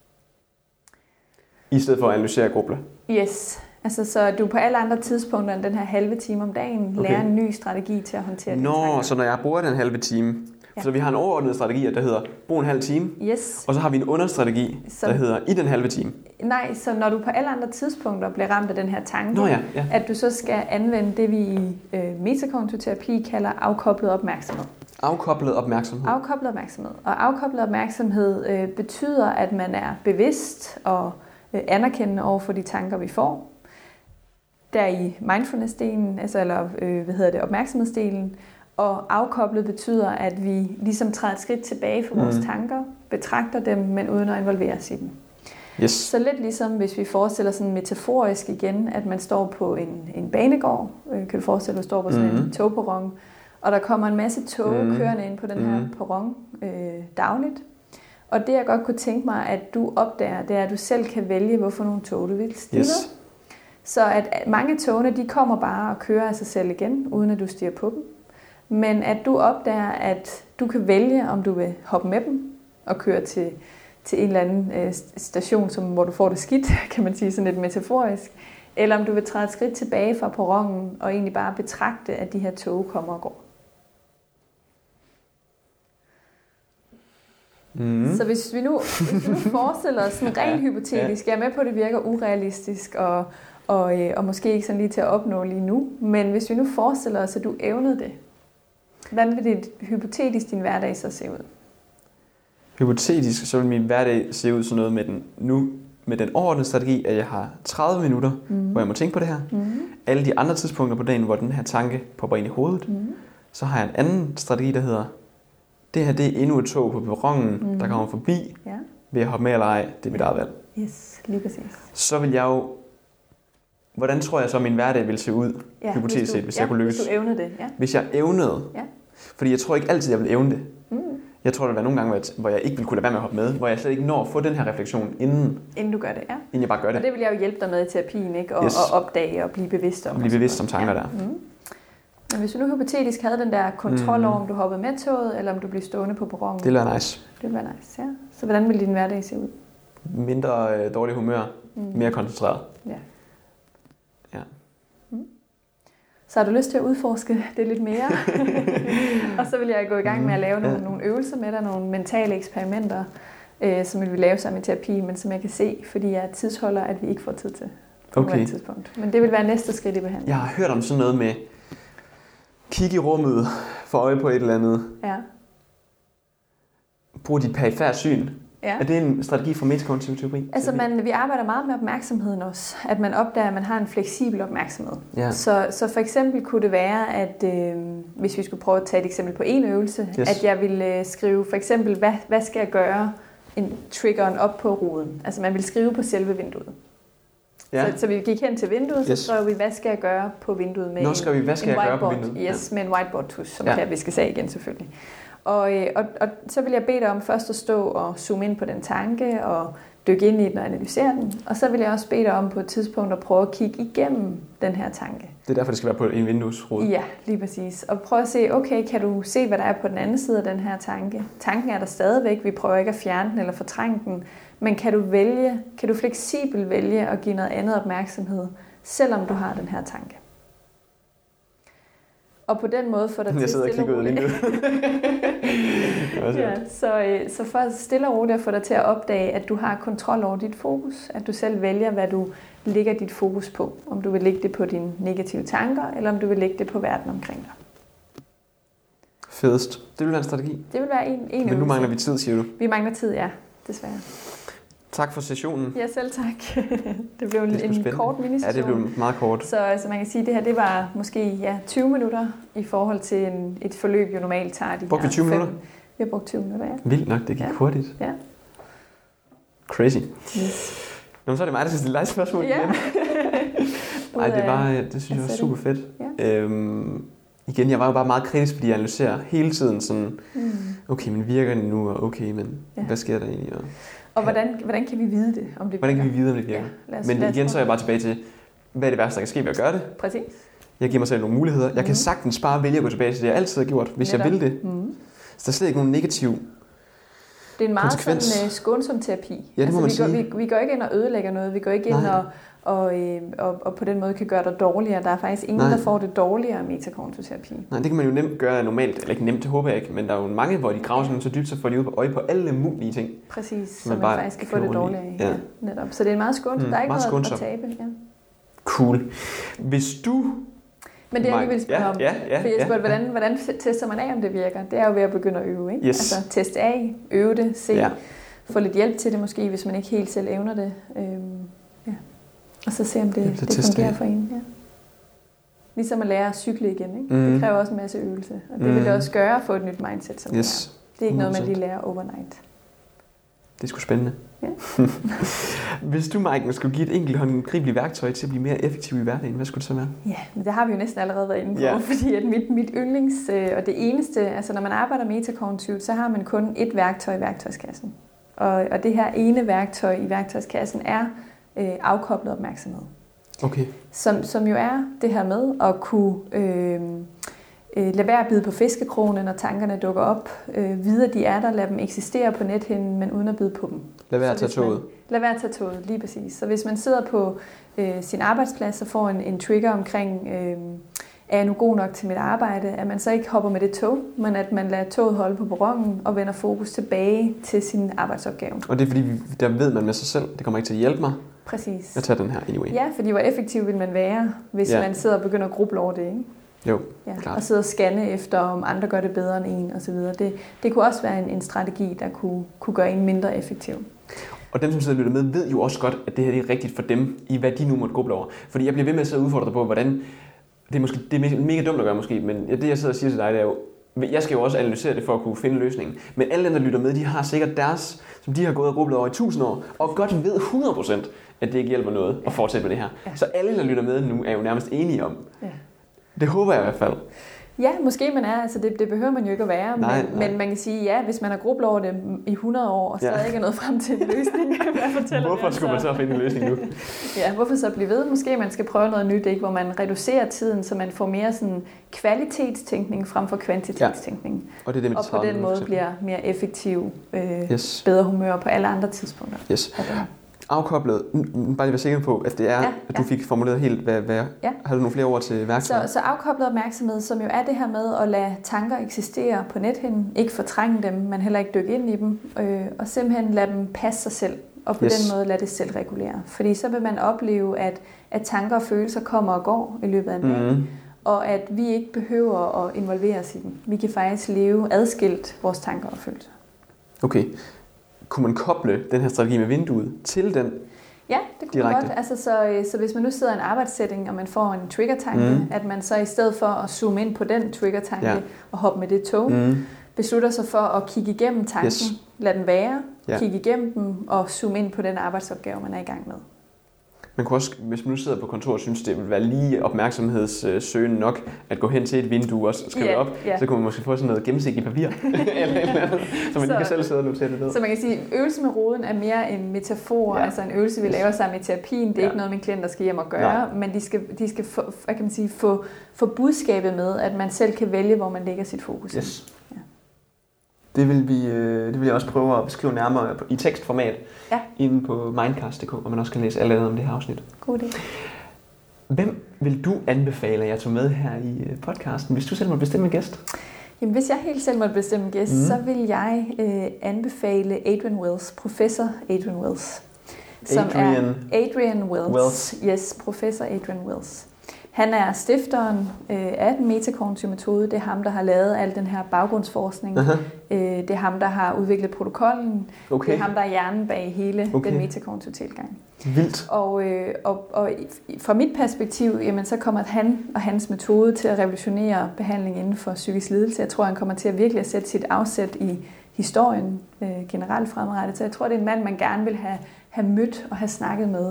I stedet for at analysere og gruble? Yes. Altså, så du på alle andre tidspunkter end den her halve time om dagen lærer en ny strategi til at håndtere dine tanker. Så når jeg bruger den halve time, så vi har en overordnet strategi, der hedder brug en halv time, og så har vi en understrategi, der hedder i den halve time. Nej, så når du på alle andre tidspunkter bliver ramt af den her tanke, at du så skal anvende det, vi i metakognitv-terapi kalder afkoblet opmærksomhed. Afkoblet opmærksomhed. Afkoblet opmærksomhed. Og afkoblet opmærksomhed betyder, at man er bevidst og anerkendende over for de tanker, vi får. Der i mindfulness-delen, opmærksomhedsdelen, og afkoblet betyder, at vi ligesom træder et skridt tilbage fra vores tanker, betragter dem, men uden at involvere os i dem. Yes. Så lidt ligesom hvis vi forestiller sådan metaforisk igen, at man står på en banegård, kan du forestille, at du står på sådan en togperron, og der kommer en masse tog kørende ind på den her perron dagligt. Og det jeg godt kunne tænke mig, at du opdager, det er, at du selv kan vælge, hvorfor nogle tog du vil stige. Yes. Så at mange togene, de kommer bare og kører af sig selv igen, uden at du stiger på dem. Men at du opdager, at du kan vælge, om du vil hoppe med dem og køre til en eller anden station, hvor du får det skidt, kan man sige sådan lidt metaforisk. Eller om du vil træde et skridt tilbage fra perronen og egentlig bare betragte, at de her tog kommer og går. Så hvis vi nu forestiller os sådan rent hypotetisk, jeg er med på, at det virker urealistisk og måske ikke sådan lige til at opnå lige nu, men hvis vi nu forestiller os, at du evnede det, hvordan vil det hypotetisk din hverdag så se ud? Hypotetisk så vil min hverdag se ud sådan noget med den overordnede strategi, at jeg har 30 minutter, hvor jeg må tænke på det her. Alle de andre tidspunkter på dagen, hvor den her tanke popper ind i hovedet, så har jeg en anden strategi, der hedder, det her det er endnu et tog på perronen, der kommer forbi, vil jeg hoppe med eller ej, det er mit eget valg. Yes, lige præcis. Så vil jeg jo, hvordan tror jeg så, min hverdag vil se ud, hypotetisk set, hvis jeg kunne lykkes? Hvis du evnede det, Hvis jeg evnede. Fordi jeg tror ikke altid, jeg vil evne det. Jeg tror, der vil være nogle gange, hvor jeg ikke vil kunne lade være med at hoppe med, hvor jeg slet ikke når at få den her refleksion, inden du gør det, Inden jeg bare gør det. Og det vil jeg jo hjælpe dig med i terapien, ikke? Og opdage og blive bevidst om. Blive bevidst om tanker der. Men hvis du nu hypotetisk havde den der kontrol over, om du hoppede med toget, eller om du blev stående på perronen. Det ville være nice. Det ville være nice, ja. Så hvordan ville din hverdag se ud? Mindre dårlig humør, mere koncentreret. Ja. Ja. Så har du lyst til at udforske det lidt mere? Og så vil jeg gå i gang med at lave nogle øvelser med dig, nogle mentale eksperimenter, som vi vil lave sammen i terapi, men som jeg kan se, fordi jeg tidsholder, at vi ikke får tid til på et tidspunkt. Men det vil være næste skridt i behandlingen. Jeg har hørt om sådan noget med kig i rummet, få øje på et eller andet. Ja. Brug dit perifære syn. Ja. Er det en strategi for metakognitiv terapi? Altså vi arbejder meget med opmærksomheden også. At man opdager, at man har en fleksibel opmærksomhed. Ja. Så for eksempel kunne det være, at hvis vi skulle prøve at tage et eksempel på en øvelse, at jeg ville skrive for eksempel, hvad skal jeg gøre, triggeren op på ruden. Altså man vil skrive på selve vinduet. Ja. Så vi gik hen til vinduet, så skrev vi, hvad skal jeg gøre på vinduet med hvad skal jeg gøre på vinduet? Yes, med en whiteboard-tusch, som kan viskes af igen selvfølgelig. Og så vil jeg bede dig om først at stå og zoome ind på den tanke og dykke ind i den og analysere den. Og så vil jeg også bede dig om på et tidspunkt at prøve at kigge igennem den her tanke. Det er derfor, det skal være på en vinduesrude? Ja, lige præcis. Og prøve at se, okay, kan du se, hvad der er på den anden side af den her tanke? Tanken er der stadigvæk, vi prøver ikke at fjerne den eller fortrænge den. Men kan du fleksibelt vælge at give noget andet opmærksomhed, selvom du har den her tanke? Og på den måde får dig til jeg sidder og kigger ud af vinduet. Så for stille og roligt at få dig til at opdage, at du har kontrol over dit fokus. At du selv vælger, hvad du lægger dit fokus på. Om du vil lægge det på dine negative tanker, eller om du vil lægge det på verden omkring dig. Fedest. Det vil være en strategi. Det vil være en øvelse. Men nu mangler vi tid, siger du? Vi mangler tid, ja. Desværre. Tak for sessionen. Ja, selv tak. Det blev en kort minisession. Ja, det blev meget kort. Så man kan sige, at det her det var måske 20 minutter i forhold til et forløb, jo normalt tager de. Brugte vi 20 minutter? Vi har brugt 20 minutter, ja. Vildt nok, det gik hurtigt. Ja. Crazy. Yes. Nå, så er det mig, der skal stille dig spørgsmål igen. Det synes jeg var super fedt. Ja. Igen, jeg var jo bare meget kritisk, fordi jeg analyserer hele tiden sådan, okay, men virker det nu, og okay, men hvad sker der egentlig? Og hvordan kan vi vide det, om det virker? Hvordan kan vi vide, om det virker? Ja, men igen, så er jeg bare tilbage til, hvad er det værste, der kan ske ved at gøre det? Præcis. Jeg giver mig selv nogle muligheder. Jeg kan sagtens bare vælge at gå tilbage til det, jeg altid har gjort, hvis jeg vil det. Så der er slet ikke nogen negativ det er en meget sådan, skånsom terapi. Ja, det må man sige. Vi går ikke ind og ødelægger noget. Vi går ikke ind og på den måde kan gøre dig dårligere. Der er faktisk ingen, der får det dårligere af metakognitiv terapi. Nej, det kan man jo nemt gøre normalt. Eller ikke nemt, det håber jeg ikke. Men der er jo mange, hvor de graver sådan så dybt, så får de øje på alle mulige ting. Præcis, så man faktisk kan få det dårligere af. Ja. Netop. Så det er meget skånsomt. Der er ikke noget at tabe. Ja. Cool. Hvis du... Men det er alligevel spørge om. For jeg spurgte, hvordan tester man af, om det virker? Det er jo ved at begynde at øve, ikke? Yes. Altså teste af, øve det, se, få lidt hjælp til det måske, hvis man ikke helt selv evner det. Og så se, om det fungerer for en. Ja. Ligesom at lære at cykle igen, ikke? Det kræver også en masse øvelse. Og det vil det også gøre at få et nyt mindset, som det er. Det er ikke noget, man lige lærer overnight. Det er sgu spændende. Ja. Hvis du, Maiken, skulle give et enkelt håndgribeligt værktøj til at blive mere effektiv i hverdagen, hvad skulle det så være? Ja, men det har vi jo næsten allerede været inde på, fordi at mit yndlings, og det eneste, altså når man arbejder metakognitivt, så har man kun ét værktøj i værktøjskassen. Og det her ene værktøj i værktøjskassen er afkoblet opmærksomhed. Okay. Som jo er det her med at kunne lade være at bide på fiskekrogene, når tankerne dukker op. Vide, at de er der, lad dem eksistere på nethinden, men uden at bide på dem. Lad være at tage toget. Lad være at tage toget, lige præcis. Så hvis man sidder på sin arbejdsplads og får en trigger omkring er jeg nu god nok til mit arbejde, at man så ikke hopper med det tog, men at man lader toget holde på perronen og vender fokus tilbage til sin arbejdsopgave. Og det er fordi, der ved man med sig selv, det kommer ikke til at hjælpe mig. Præcis. Jeg tager den her anyway. Ja, fordi hvor effektiv vil man være, hvis man sidder og begynder at gruble over det, ikke? Jo, klart. Og sidde og scanne efter, om andre gør det bedre end en, osv. Det kunne også være en strategi, der kunne gøre en mindre effektiv. Og dem, som sidder og lytter med, ved jo også godt, at det her er rigtigt for dem, i hvad de nu måtte gruble over. Fordi jeg bliver ved med at sidde og udfordre dig på, hvordan... Det er mega dumt at gøre måske, men det jeg sidder og siger til dig, det er jo... Jeg skal jo også analysere det for at kunne finde løsningen. Men alle dem, der lytter med, de har sikkert deres, som de har gået og grublet over i 1000 år, og godt ved 100%, at det ikke hjælper noget at fortsætte med det her. Ja. Så alle, der lytter med nu, er jo nærmest enige om. Ja. Det håber jeg i hvert fald. Ja, måske man er. Altså det behøver man jo ikke at være. Nej. Men man kan sige, ja, hvis man har grublet over det i 100 år, og stadig ikke er nået frem til en løsning. Hvorfor skulle man så finde en løsning nu? Ja, hvorfor så blive ved? Måske man skal prøve noget nyt, ikke? Hvor man reducerer tiden, så man får mere sådan kvalitetstænkning frem for kvantitetsstænkning. Ja. Og, det og på den måde bliver mere effektiv, bedre humør på alle andre tidspunkter. Yes. Afkoblet, bare lige være sikker på, at det er, at du fik formuleret helt, hvad har du nogle flere ord til værktøjer? Så afkoblet opmærksomhed, som jo er det her med at lade tanker eksistere på nethinden, ikke fortrænge dem, men heller ikke dykke ind i dem, og simpelthen lade dem passe sig selv, og på den måde lade det selv regulere. Fordi så vil man opleve, at tanker og følelser kommer og går i løbet af en dag, og at vi ikke behøver at involvere os i dem. Vi kan faktisk leve adskilt vores tanker og følelser. Okay. Kunne man koble den her strategi med vinduet til den? Ja, det kunne man godt. Altså, så hvis man nu sidder i en arbejdssætning, og man får en trigger-tanke, at man så i stedet for at zoome ind på den trigger-tanke og hoppe med det tog, beslutter sig for at kigge igennem tanken, lad den være, kigge igennem den og zoome ind på den arbejdsopgave, man er i gang med. Man kunne også, hvis man nu sidder på kontor og synes, det vil være lige opmærksomhedssøgende nok at gå hen til et vindue og skrive det op, så kunne man måske få sådan noget gennemsigtigt papir, eller så man kan selv sidde og notere det ned. Så man kan sige, at øvelse med roden er mere en metafor, altså en øvelse, vi laver sammen i terapien. Det er ikke noget, mine klienter skal hjem og gøre, men de skal få, hvad kan man sige, få budskabet med, at man selv kan vælge, hvor man lægger sit fokus. Yes. Det vil jeg også prøve at beskrive nærmere i tekstformat inde på mindcast.dk, hvor man også kan læse alt andet om det her afsnit. God idé. Hvem vil du anbefale, at jeg tog med her i podcasten, hvis du selv måtte bestemme en gæst? Jamen, hvis jeg helt selv måtte bestemme en gæst, så vil jeg anbefale Adrian Wells, professor Adrian Wells. Adrian Wells. Yes, professor Adrian Wells. Han er stifteren af den metakognitive metode. Det er ham, der har lavet al den her baggrundsforskning. Det er ham, der har udviklet protokollen. Det er ham, der er hjernen bag hele den metakognitive tilgang. Vildt. Og fra mit perspektiv, jamen, så kommer han og hans metode til at revolutionere behandling inden for psykisk lidelse. Jeg tror, han kommer til at virkelig at sætte sit afsæt i historien generelt fremadrettet. Så jeg tror, det er en mand, man gerne vil have mødt og have snakket med.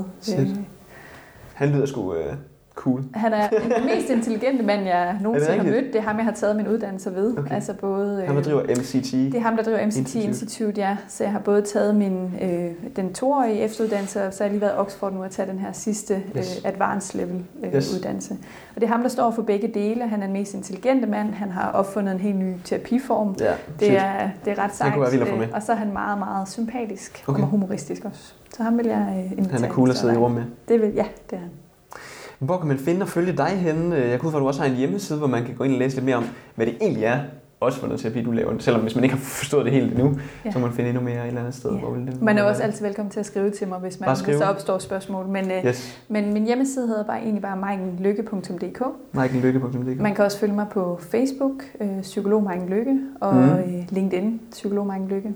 Han lyder sgu... Cool. Han er den mest intelligente mand, jeg nogensinde har mødt. Det er ham, jeg har taget min uddannelse ved. Okay. Altså både, ham, der driver MCT? Det er ham, der driver MCT Institute, ja. Så jeg har både taget den 2-årige efteruddannelse, og så har jeg lige været i Oxford nu at tage den her sidste advanced level uddannelse. Og det er ham, der står for begge dele. Han er den mest intelligente mand. Han har opfundet en helt ny terapiform. Ja, det er ret sejt. Og så er han meget, meget sympatisk og humoristisk også. Så ham vil jeg invitere. Han er cool at sidde i rum med. Det er han. Hvor kan man finde og følge dig henne? Jeg kunne for, at du også har en hjemmeside, hvor man kan gå ind og læse lidt mere om, hvad det egentlig er, også for noget terapi, du laver. Selvom hvis man ikke har forstået det helt endnu, så må man finde endnu mere et eller andet sted. Ja. Man er også altid velkommen til at skrive til mig, hvis der opstår spørgsmål. Men min hjemmeside hedder egentlig bare maikenlykke.dk. Maikenlykke.dk. Man kan også følge mig på Facebook, Psykolog Maiken Lykke, og LinkedIn, Psykolog Maiken Lykke.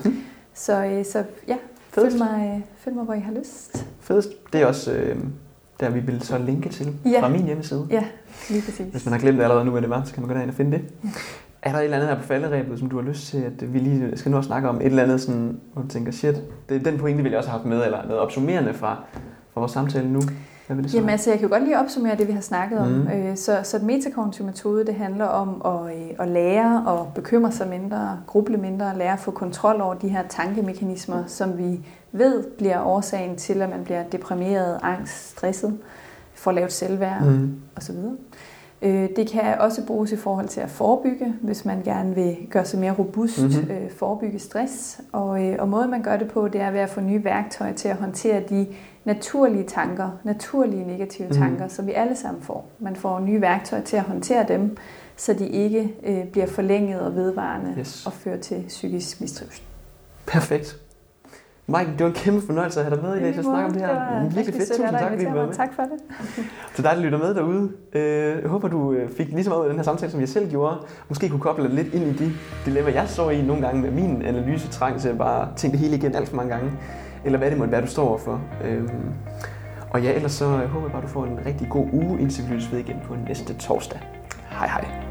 Så følg mig, hvor I har lyst. Fedest. Det er også... der vi vil så linke til fra min hjemmeside. Ja, lige præcis. Hvis man har glemt det allerede nu, hvad det var, så kan man gå derind og finde det. Ja. Er der et eller andet her på falderæbet, som du har lyst til, at vi lige skal nu snakke om? Et eller andet, sådan, hvor du tænker, shit, den pointe vil jeg også have haft med, eller noget opsummerende fra vores samtale nu? Hvad vil det så? Jamen altså, jeg kan jo godt lige opsummere det, vi har snakket om. Så den metakognitive metode, det handler om at lære og bekymre sig mindre, gruble mindre, lære at få kontrol over de her tankemekanismer, som vi ved bliver årsagen til, at man bliver deprimeret, angst, stresset, får lavt selvværd osv. Det kan også bruges i forhold til at forebygge, hvis man gerne vil gøre sig mere robust, forebygge stress. Og måden man gør det på, det er ved at få nye værktøjer til at håndtere de naturlige tanker, naturlige negative tanker, som vi alle sammen får. Man får nye værktøjer til at håndtere dem, så de ikke bliver forlænget og vedvarende og fører til psykisk mistrivsel. Perfekt. Maiken, det var en kæmpe fornøjelse at have dig med i dag til at snakke om det her. Det var virkelig fedt. Tusind tak, fordi du var med. Tak for det. Til dig, der lytter med derude. Jeg håber, du fik lige så meget ud af den her samtale, som jeg selv gjorde. Måske kunne koble lidt ind i de dilemmaer, jeg står i nogle gange med min analysetrang til at bare tænke det hele igen alt for mange gange. Eller hvad det måtte være, du står overfor. Og ja, ellers så håber jeg bare, du får en rigtig god uge, indtil vi lyttes ved igen på næste torsdag. Hej hej.